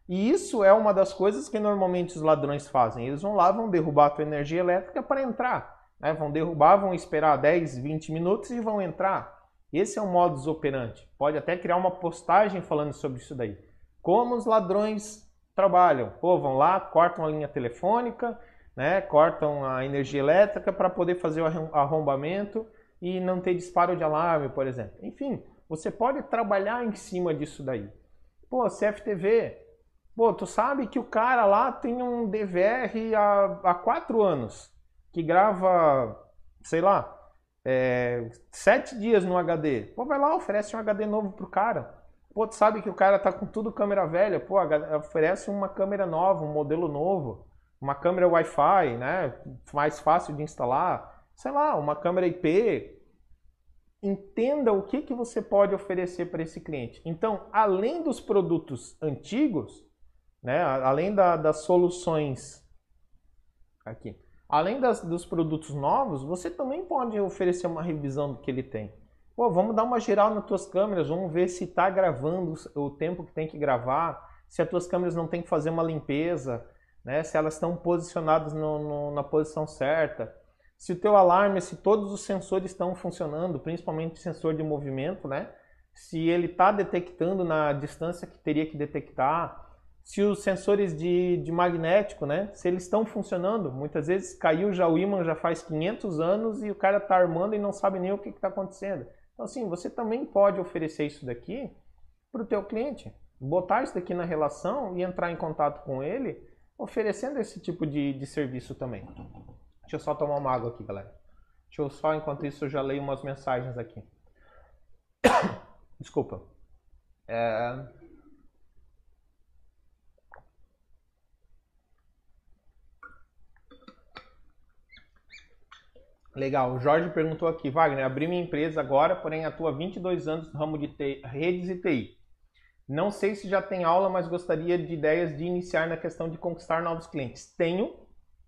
E isso é uma das coisas que normalmente os ladrões fazem. Eles vão lá, vão derrubar a tua energia elétrica para entrar. Né? Vão derrubar, vão esperar dez, vinte minutos e vão entrar. Esse é o modus operandi. Pode até criar uma postagem falando sobre isso daí. Como os ladrões trabalham. Pô, vão lá, cortam a linha telefônica, né? Cortam a energia elétrica para poder fazer o arrombamento e não ter disparo de alarme, por exemplo. Enfim, você pode trabalhar em cima disso daí. Pô, C F T V, pô, tu sabe que o cara lá tem um D V R há, há quatro anos, que grava, sei lá, é, sete dias no H D. Pô, vai lá, oferece um H D novo pro cara. Pô, tu sabe que o cara tá com tudo câmera velha, pô, oferece uma câmera nova, um modelo novo, uma câmera Wi-Fi, né, mais fácil de instalar, sei lá, uma câmera I P. Entenda o que, que você pode oferecer para esse cliente. Então, além dos produtos antigos, né, além da, das soluções aqui, além das, dos produtos novos, você também pode oferecer uma revisão do que ele tem. Pô, vamos dar uma geral nas tuas câmeras, vamos ver se está gravando o tempo que tem que gravar, se as tuas câmeras não tem que fazer uma limpeza, né, se elas estão posicionadas no, no, na posição certa. Se o teu alarme, se todos os sensores estão funcionando, principalmente o sensor de movimento, né? Se ele está detectando na distância que teria que detectar, se os sensores de, de magnético, né? Se eles estão funcionando, muitas vezes caiu já o ímã já faz quinhentos anos e o cara está armando e não sabe nem o que está acontecendo. Então assim, você também pode oferecer isso daqui para o teu cliente, botar isso daqui na relação e entrar em contato com ele, oferecendo esse tipo de, de serviço também. Deixa eu só tomar uma água aqui, galera. Deixa eu só, enquanto isso, eu já leio umas mensagens aqui. Desculpa. É... Legal. O Jorge perguntou aqui, Wagner, abri minha empresa agora, porém atuo há vinte e dois anos no ramo de T I, redes e T I. Não sei se já tem aula, mas gostaria de ideias de iniciar na questão de conquistar novos clientes. Tenho.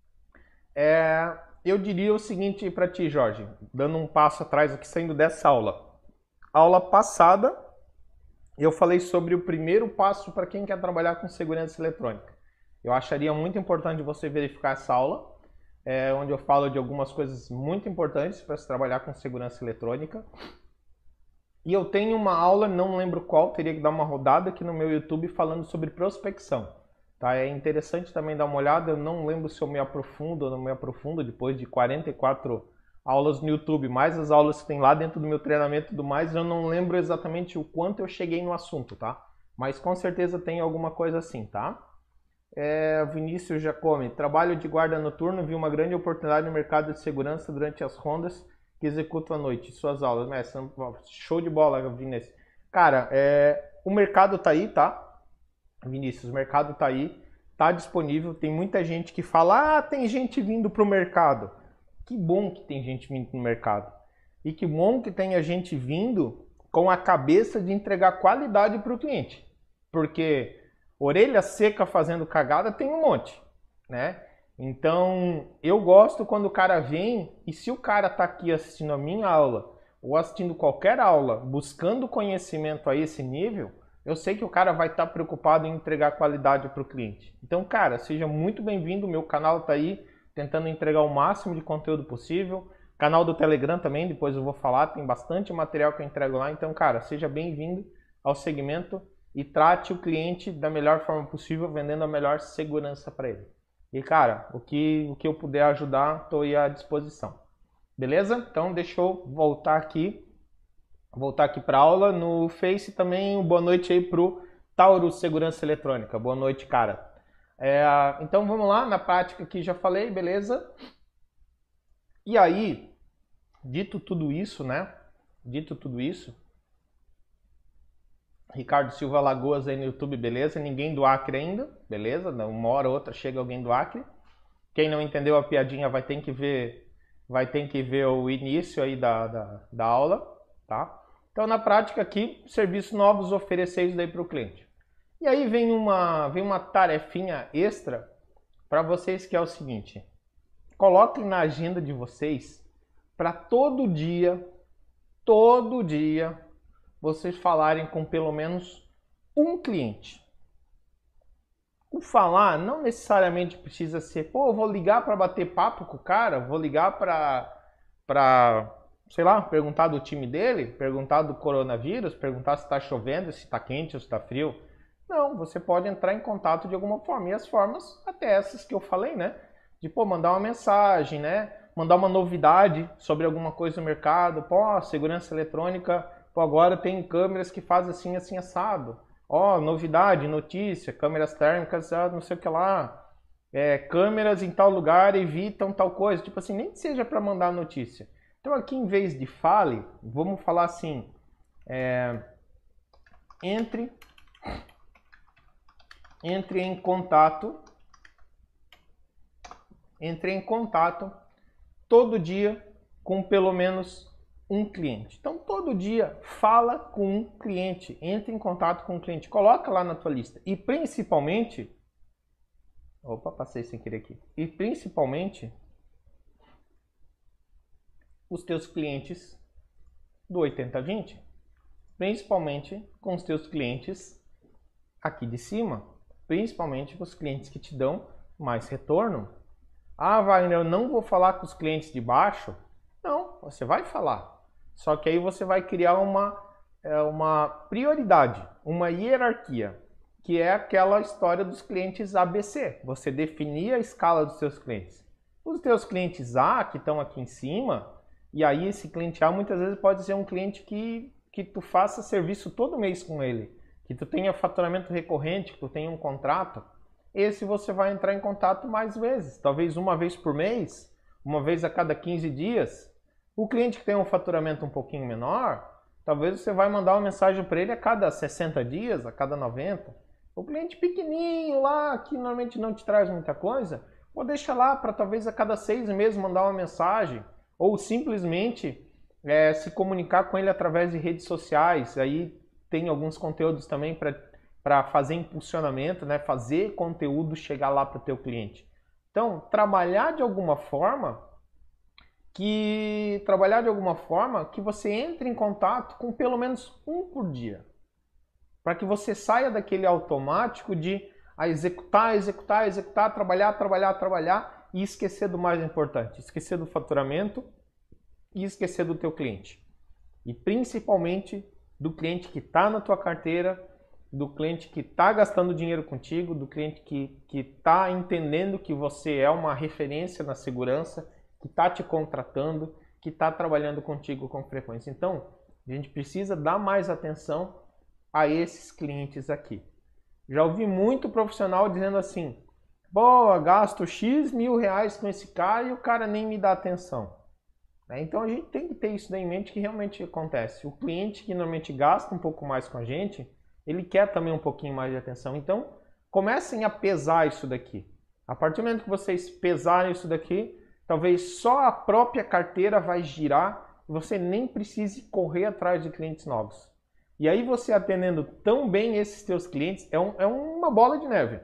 É, eu diria o seguinte para ti, Jorge, dando um passo atrás aqui, saindo dessa aula. Aula passada, eu falei sobre o primeiro passo para quem quer trabalhar com segurança eletrônica. Eu acharia muito importante você verificar essa aula, é, onde eu falo de algumas coisas muito importantes para se trabalhar com segurança eletrônica. E eu tenho uma aula, não lembro qual, teria que dar uma rodada aqui no meu YouTube falando sobre prospecção. Tá, é interessante também dar uma olhada, eu não lembro se eu me aprofundo ou não me aprofundo depois de quarenta e quatro aulas no YouTube, mais as aulas que tem lá dentro do meu treinamento e tudo mais, eu não lembro exatamente o quanto eu cheguei no assunto, tá? Mas com certeza tem alguma coisa assim, tá? É, Vinícius Jacome, trabalho de guarda noturno, vi uma grande oportunidade no mercado de segurança durante as rondas que executo à noite, suas aulas. Mestre, show de bola, Vinícius. Cara, é, o mercado tá aí, tá? Vinícius, o mercado está aí, está disponível, tem muita gente que fala, ah, tem gente vindo para o mercado. Que bom que tem gente vindo para o mercado. E que bom que tem a gente vindo com a cabeça de entregar qualidade para o cliente. Porque orelha seca fazendo cagada tem um monte, né? Então, eu gosto quando o cara vem e se o cara está aqui assistindo a minha aula ou assistindo qualquer aula, buscando conhecimento a esse nível, eu sei que o cara vai estar preocupado em entregar qualidade para o cliente. Então, cara, seja muito bem-vindo. O meu canal está aí, tentando entregar o máximo de conteúdo possível. Canal do Telegram também, depois eu vou falar, tem bastante material que eu entrego lá. Então, cara, seja bem-vindo ao segmento e trate o cliente da melhor forma possível, vendendo a melhor segurança para ele. E, cara, o que, o que eu puder ajudar, estou aí à disposição. Beleza? Então, deixa eu voltar aqui. Voltar aqui para aula. No Face também, boa noite aí pro Tauro Segurança Eletrônica. Boa noite, cara. É, então vamos lá, na prática aqui já falei, beleza? E aí, dito tudo isso, né? Dito tudo isso, Ricardo Silva Lagoas aí no YouTube, beleza? Ninguém do Acre ainda, beleza? Uma hora ou outra chega alguém do Acre. Quem não entendeu a piadinha vai ter que ver, vai ter que ver o início aí da, da, da aula. Tá? Então, na prática aqui, serviços novos, oferecer isso daí para o cliente. E aí vem uma, vem uma tarefinha extra para vocês, que é o seguinte. Coloquem na agenda de vocês para todo dia, todo dia, vocês falarem com pelo menos um cliente. O falar não necessariamente precisa ser, pô, eu vou ligar para bater papo com o cara, vou ligar para, para, sei lá, perguntar do time dele, perguntar do coronavírus, perguntar se está chovendo, se está quente ou se está frio. Não, você pode entrar em contato de alguma forma. E as formas, até essas que eu falei, né? De, pô, mandar uma mensagem, né? Mandar uma novidade sobre alguma coisa no mercado. Pô, segurança eletrônica, pô, agora tem câmeras que fazem assim, assim, assado. Ó, novidade, notícia, câmeras térmicas, não sei o que lá. É, câmeras em tal lugar evitam tal coisa. Tipo assim, nem que seja para mandar notícia. Então aqui, em vez de fale, vamos falar assim, é, entre... entre em contato, entre em contato todo dia com pelo menos um cliente. Então, todo dia fala com um cliente, entre em contato com um cliente, coloca lá na tua lista. E principalmente, opa, passei sem querer aqui. E principalmente os teus clientes do oitenta vinte, principalmente com os teus clientes aqui de cima. Principalmente com os clientes que te dão mais retorno. Ah, Wagner, eu não vou falar com os clientes de baixo. Não, você vai falar. Só que aí você vai criar uma, uma prioridade, uma hierarquia, que é aquela história dos clientes A B C. Você definir a escala dos seus clientes. Os teus clientes A, que estão aqui em cima, e aí esse cliente A muitas vezes pode ser um cliente que, que tu faça serviço todo mês com ele. Que tu tenha faturamento recorrente, que tu tenha um contrato, esse você vai entrar em contato mais vezes, talvez uma vez por mês, uma vez a cada quinze dias. O cliente que tem um faturamento um pouquinho menor, talvez você vai mandar uma mensagem para ele a cada sessenta dias, a cada noventa. O cliente pequenininho lá, que normalmente não te traz muita coisa, ou deixa lá para talvez a cada seis meses mandar uma mensagem, ou simplesmente é, se comunicar com ele através de redes sociais. Aí tem alguns conteúdos também para fazer impulsionamento, né? Fazer conteúdo chegar lá para o teu cliente. Então, trabalhar de alguma forma que trabalhar de alguma forma que você entre em contato com pelo menos um por dia. Para que você saia daquele automático de a executar, executar, executar, trabalhar, trabalhar, trabalhar e esquecer do mais importante, esquecer do faturamento e esquecer do teu cliente. E principalmente do cliente que está na tua carteira, do cliente que está gastando dinheiro contigo, do cliente que está entendendo que você é uma referência na segurança, que está te contratando, que está trabalhando contigo com frequência. Então, a gente precisa dar mais atenção a esses clientes aqui. Já ouvi muito profissional dizendo assim, pô, gasto X mil reais com esse cara e o cara nem me dá atenção. Então a gente tem que ter isso daí em mente que realmente acontece. O cliente que normalmente gasta um pouco mais com a gente, ele quer também um pouquinho mais de atenção. Então comecem a pesar isso daqui. A partir do momento que vocês pesarem isso daqui, talvez só a própria carteira vai girar e você nem precise correr atrás de clientes novos. E aí você atendendo tão bem esses teus clientes, é, um, é uma bola de neve.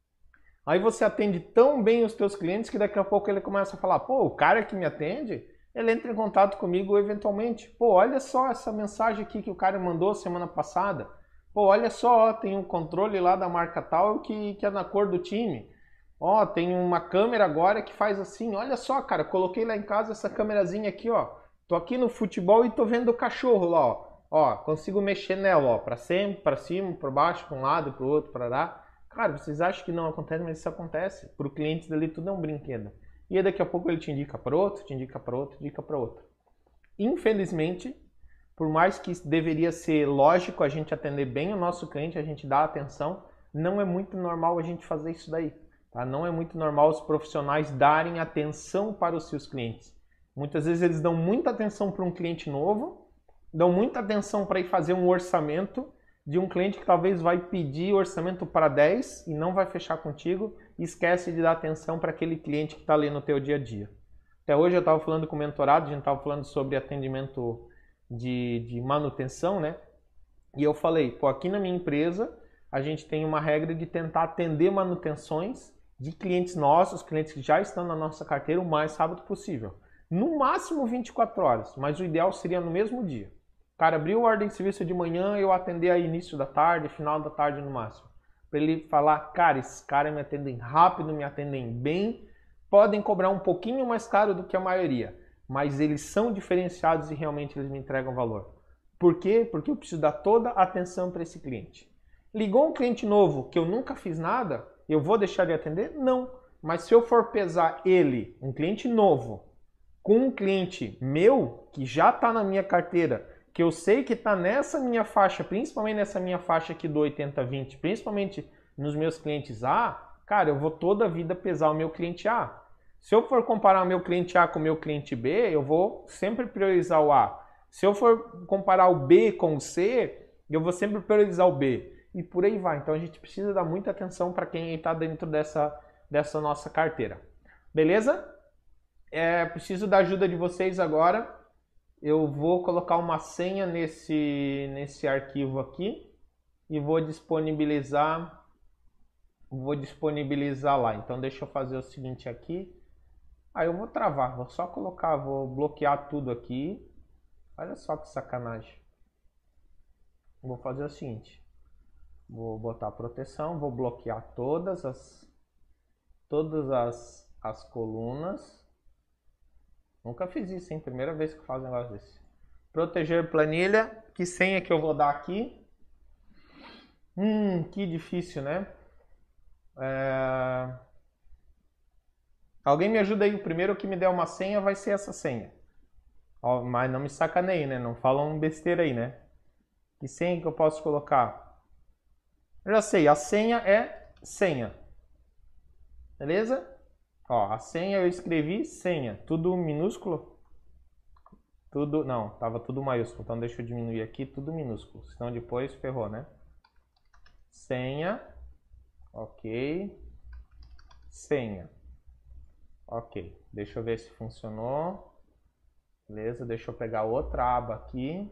Aí você atende tão bem os teus clientes que daqui a pouco ele começa a falar, pô, o cara que me atende, ele entra em contato comigo eventualmente. Pô, olha só essa mensagem aqui que o cara mandou semana passada. Pô, olha só, ó, tem um controle lá da marca tal que, que é na cor do time. Ó, tem uma câmera agora que faz assim. Olha só, cara, coloquei lá em casa essa câmerazinha aqui, ó. Tô aqui no futebol e tô vendo o cachorro lá, ó. Ó, consigo mexer nela, ó, pra sempre, pra cima, pra baixo, pra um lado, pro outro, pra lá. Cara, vocês acham que não acontece, mas isso acontece. Pro cliente dali tudo é um brinquedo. E aí daqui a pouco ele te indica para outro, te indica para outro, te indica para outro. Infelizmente, por mais que deveria ser lógico a gente atender bem o nosso cliente, a gente dar atenção, não é muito normal a gente fazer isso daí. Tá? Não é muito normal os profissionais darem atenção para os seus clientes. Muitas vezes eles dão muita atenção para um cliente novo, dão muita atenção para ir fazer um orçamento de um cliente que talvez vai pedir orçamento para dez e não vai fechar contigo e esquece de dar atenção para aquele cliente que está ali no teu dia a dia. Até hoje eu estava falando com o mentorado, a gente estava falando sobre atendimento de, de manutenção, né? E eu falei, pô, aqui na minha empresa a gente tem uma regra de tentar atender manutenções de clientes nossos, clientes que já estão na nossa carteira o mais rápido possível. No máximo vinte e quatro horas, mas o ideal seria no mesmo dia. O cara abriu a ordem de serviço de manhã, eu atender a início da tarde, final da tarde no máximo. para ele falar, cara, esses caras me atendem rápido, me atendem bem, podem cobrar um pouquinho mais caro do que a maioria, mas eles são diferenciados e realmente eles me entregam valor. Por quê? Porque eu preciso dar toda a atenção para esse cliente. Ligou um cliente novo que eu nunca fiz nada, eu vou deixar de atender? Não. Mas se eu for pesar ele, um cliente novo, com um cliente meu, que já está na minha carteira, que eu sei que está nessa minha faixa, principalmente nessa minha faixa aqui do oitenta vinte, principalmente nos meus clientes A, cara, eu vou toda a vida pesar o meu cliente A. Se eu for comparar o meu cliente A com o meu cliente B, eu vou sempre priorizar o A. Se eu for comparar o B com o C, eu vou sempre priorizar o B. E por aí vai. Então a gente precisa dar muita atenção para quem está dentro dessa, dessa nossa carteira. Beleza? É, preciso da ajuda de vocês agora. Eu vou colocar uma senha nesse, nesse arquivo aqui e vou disponibilizar, vou disponibilizar lá. Então deixa eu fazer o seguinte aqui. Aí eu vou travar, vou só colocar, vou bloquear tudo aqui. Olha só que sacanagem. Vou fazer o seguinte. Vou botar proteção, vou bloquear todas as todas as, as colunas. Nunca fiz isso, hein? Primeira vez que eu faço um negócio desse. Proteger planilha. Que senha que eu vou dar aqui? Hum, que difícil, né? É... Alguém me ajuda aí. O primeiro que me der uma senha vai ser essa senha. Ó, mas não me sacaneie, né? Não falam besteira aí, né? Que senha que eu posso colocar? Eu já sei, a senha é senha. Beleza? Ó, a senha eu escrevi senha. Tudo minúsculo? Tudo, não, tava tudo maiúsculo. Então deixa eu diminuir aqui, tudo minúsculo. Senão depois ferrou, né? Senha. Ok. Senha. Ok. Deixa eu ver se funcionou. Beleza, deixa eu pegar outra aba aqui.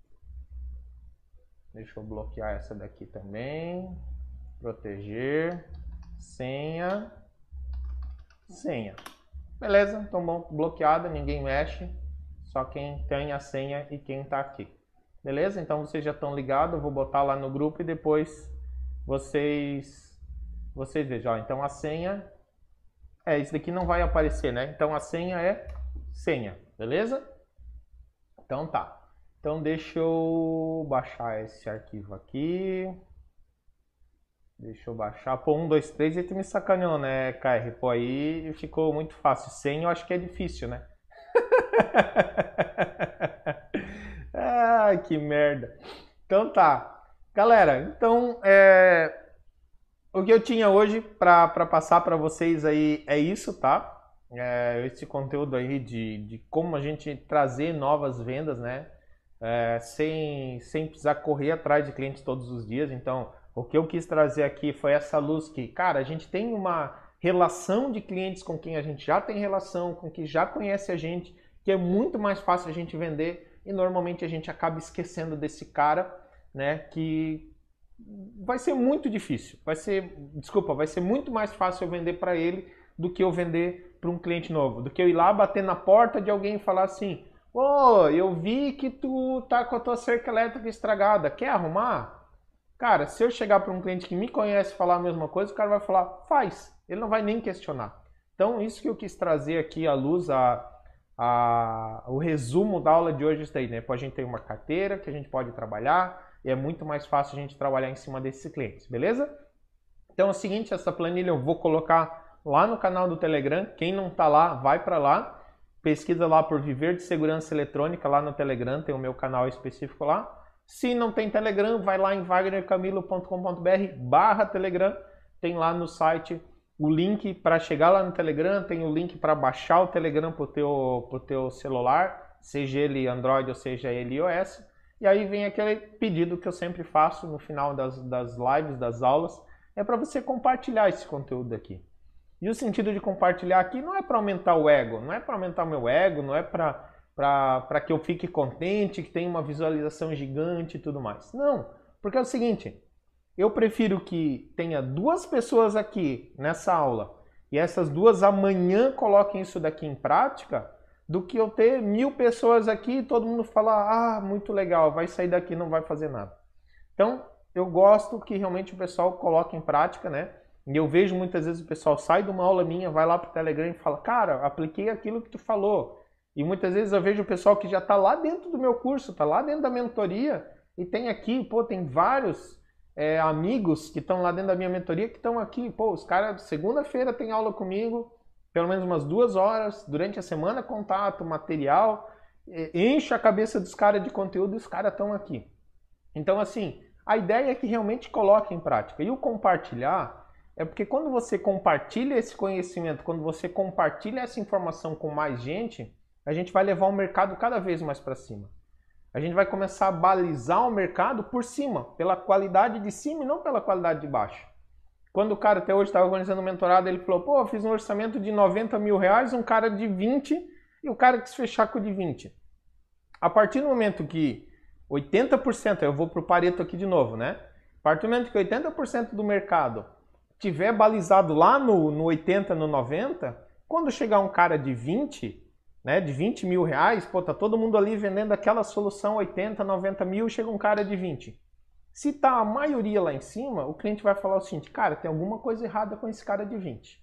Deixa eu bloquear essa daqui também. Proteger. Senha. Senha. Beleza, então bom, bloqueada, ninguém mexe. Só quem tem a senha e quem está aqui. Beleza? Então vocês já estão ligados. Eu vou botar lá no grupo e depois vocês, vocês vejam. Ó, então a senha... É, isso daqui não vai aparecer, né? Então a senha é senha. Beleza? Então tá. Então deixa eu baixar esse arquivo aqui. Deixa eu baixar. Pô, um, dois, três e tu me sacaneou, né, K R? Pô, aí ficou muito fácil. Senha eu acho que é difícil, né? Ai, que merda. Então tá. Galera, então é... o que eu tinha hoje para passar para vocês aí é isso, tá? É, esse conteúdo aí de, de como a gente trazer novas vendas, né? É, sem, sem precisar correr atrás de clientes todos os dias. Então, o que eu quis trazer aqui foi essa luz que, cara, a gente tem uma relação de clientes com quem a gente já tem relação, com quem já conhece a gente, que é muito mais fácil a gente vender e normalmente a gente acaba esquecendo desse cara, né? Que vai ser muito difícil, vai ser, desculpa, vai ser muito mais fácil eu vender para ele do que eu vender para um cliente novo, do que eu ir lá bater na porta de alguém e falar assim: ô, oh, eu vi que tu tá com a tua cerca elétrica estragada, quer arrumar? Cara, se eu chegar para um cliente que me conhece e falar a mesma coisa, o cara vai falar, faz, ele não vai nem questionar. Então, isso que eu quis trazer aqui à luz, a, a, o resumo da aula de hoje é isso daí, né? A gente tem uma carteira que a gente pode trabalhar e é muito mais fácil a gente trabalhar em cima desses clientes, beleza? Então é o seguinte, essa planilha eu vou colocar lá no canal do Telegram. Quem não tá lá, vai para lá. Pesquisa lá por Viver de Segurança Eletrônica lá no Telegram, tem o meu canal específico lá. Se não tem Telegram, vai lá em wagner camilo ponto com ponto br barra Telegram. Tem lá no site o link para chegar lá no Telegram, tem o link para baixar o Telegram para o teu, pro teu celular, seja ele Android ou seja ele iOS. E aí vem aquele pedido que eu sempre faço no final das, das lives, das aulas, é para você compartilhar esse conteúdo aqui. E o sentido de compartilhar aqui não é para aumentar o ego, não é para aumentar o meu ego, não é para para que eu fique contente, que tenha uma visualização gigante e tudo mais. Não, porque é o seguinte, eu prefiro que tenha duas pessoas aqui nessa aula e essas duas amanhã coloquem isso daqui em prática, do que eu ter mil pessoas aqui e todo mundo falar, ah, muito legal, vai sair daqui e não vai fazer nada. Então, eu gosto que realmente o pessoal coloque em prática, né? E eu vejo muitas vezes o pessoal sai de uma aula minha, vai lá pro Telegram e fala, cara, apliquei aquilo que tu falou. E muitas vezes eu vejo o pessoal que já está lá dentro do meu curso, está lá dentro da mentoria, e tem aqui, pô, tem vários é, amigos que estão lá dentro da minha mentoria que estão aqui, pô, os caras, segunda-feira tem aula comigo, pelo menos umas duas horas, durante a semana contato, material, enche a cabeça dos caras de conteúdo e os caras estão aqui. Então, assim, a ideia é que realmente coloque em prática. E o compartilhar é porque quando você compartilha esse conhecimento, quando você compartilha essa informação com mais gente, a gente vai levar o mercado cada vez mais para cima. A gente vai começar a balizar o mercado por cima, pela qualidade de cima e não pela qualidade de baixo. Quando o cara até hoje estava organizando um mentorado, ele falou, pô, eu fiz um orçamento de noventa mil reais, um cara de vinte e o cara quis fechar com o de vinte. A partir do momento que oitenta por cento, eu vou para o Pareto aqui de novo, né? A partir do momento que oitenta por cento do mercado tiver balizado lá no, no oitenta, no noventa, quando chegar um cara de vinte, né, de vinte mil reais, pô, tá todo mundo ali vendendo aquela solução oitenta, noventa mil, chega um cara de vinte. Se tá a maioria lá em cima, o cliente vai falar o seguinte, cara, tem alguma coisa errada com esse cara de vinte.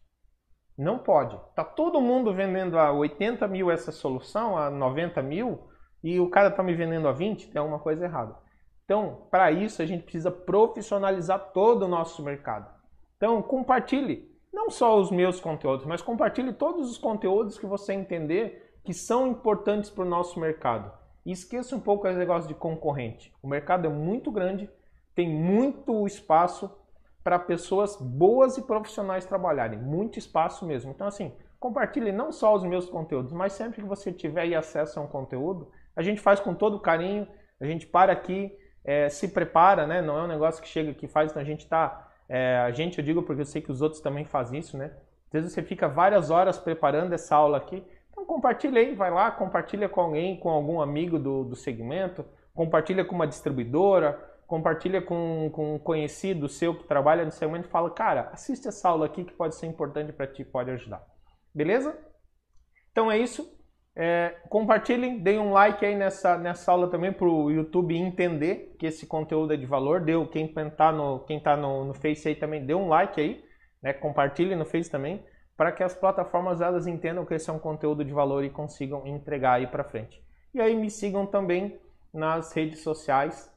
Não pode. Tá todo mundo vendendo a oitenta mil essa solução, a noventa mil, e o cara tá me vendendo a vinte, tem alguma coisa errada. Então, para isso, a gente precisa profissionalizar todo o nosso mercado. Então, compartilhe não só os meus conteúdos, mas compartilhe todos os conteúdos que você entender que são importantes para o nosso mercado. E esqueça um pouco esse negócio de concorrente. O mercado é muito grande, tem muito espaço para pessoas boas e profissionais trabalharem. Muito espaço mesmo. Então, assim, compartilhe não só os meus conteúdos, mas sempre que você tiver acesso a um conteúdo, a gente faz com todo carinho, a gente para aqui, é, se prepara, né? Não é um negócio que chega aqui e faz, então a gente está... É, a gente, eu digo porque eu sei que os outros também fazem isso, né? Às vezes você fica várias horas preparando essa aula aqui, então compartilha aí, vai lá, compartilha com alguém, com algum amigo do, do segmento, compartilha com uma distribuidora, compartilha com, com um conhecido seu que trabalha no segmento e fala, cara, assiste essa aula aqui que pode ser importante para ti, pode ajudar. Beleza? Então é isso. É, compartilhem, deem um like aí nessa, nessa aula também para o YouTube entender que esse conteúdo é de valor. Deu, quem está no, quem tá no, no Face aí também, dê um like aí, né? Compartilhe no Face também, para que as plataformas elas entendam que esse é um conteúdo de valor e consigam entregar aí para frente. E aí me sigam também nas redes sociais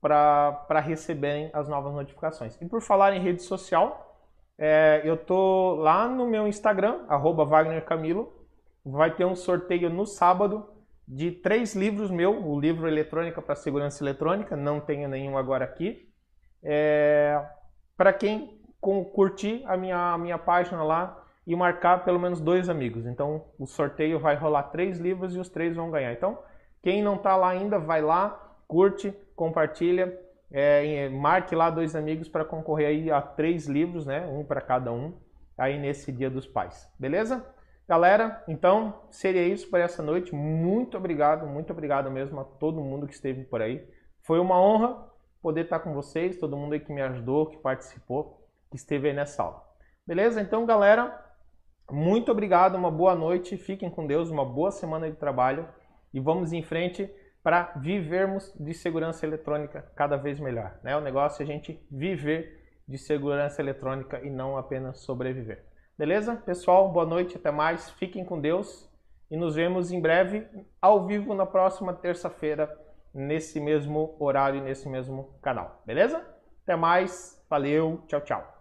para receberem as novas notificações. E por falar em rede social, é, eu tô lá no meu Instagram, arroba Wagner Camilo. Vai ter um sorteio no sábado de três livros meu, o livro Eletrônica para Segurança Eletrônica, não tenho nenhum agora aqui. É, para quem curtir a minha, a minha página lá e marcar pelo menos dois amigos. Então o sorteio vai rolar três livros e os três vão ganhar. Então quem não está lá ainda, vai lá, curte, compartilha, é, marque lá dois amigos para concorrer aí a três livros, né? Um para cada um, aí nesse Dia dos Pais. Beleza? Galera, então seria isso por essa noite. Muito obrigado, muito obrigado mesmo a todo mundo que esteve por aí. Foi uma honra poder estar com vocês, todo mundo aí que me ajudou, que participou, que esteve aí nessa aula. Beleza? Então, galera, muito obrigado, uma boa noite, fiquem com Deus, uma boa semana de trabalho e vamos em frente para vivermos de segurança eletrônica cada vez melhor, né? O negócio é a gente viver de segurança eletrônica e não apenas sobreviver. Beleza? Pessoal, boa noite, até mais, fiquem com Deus e nos vemos em breve ao vivo na próxima terça-feira nesse mesmo horário e nesse mesmo canal. Beleza? Até mais, valeu, tchau, tchau.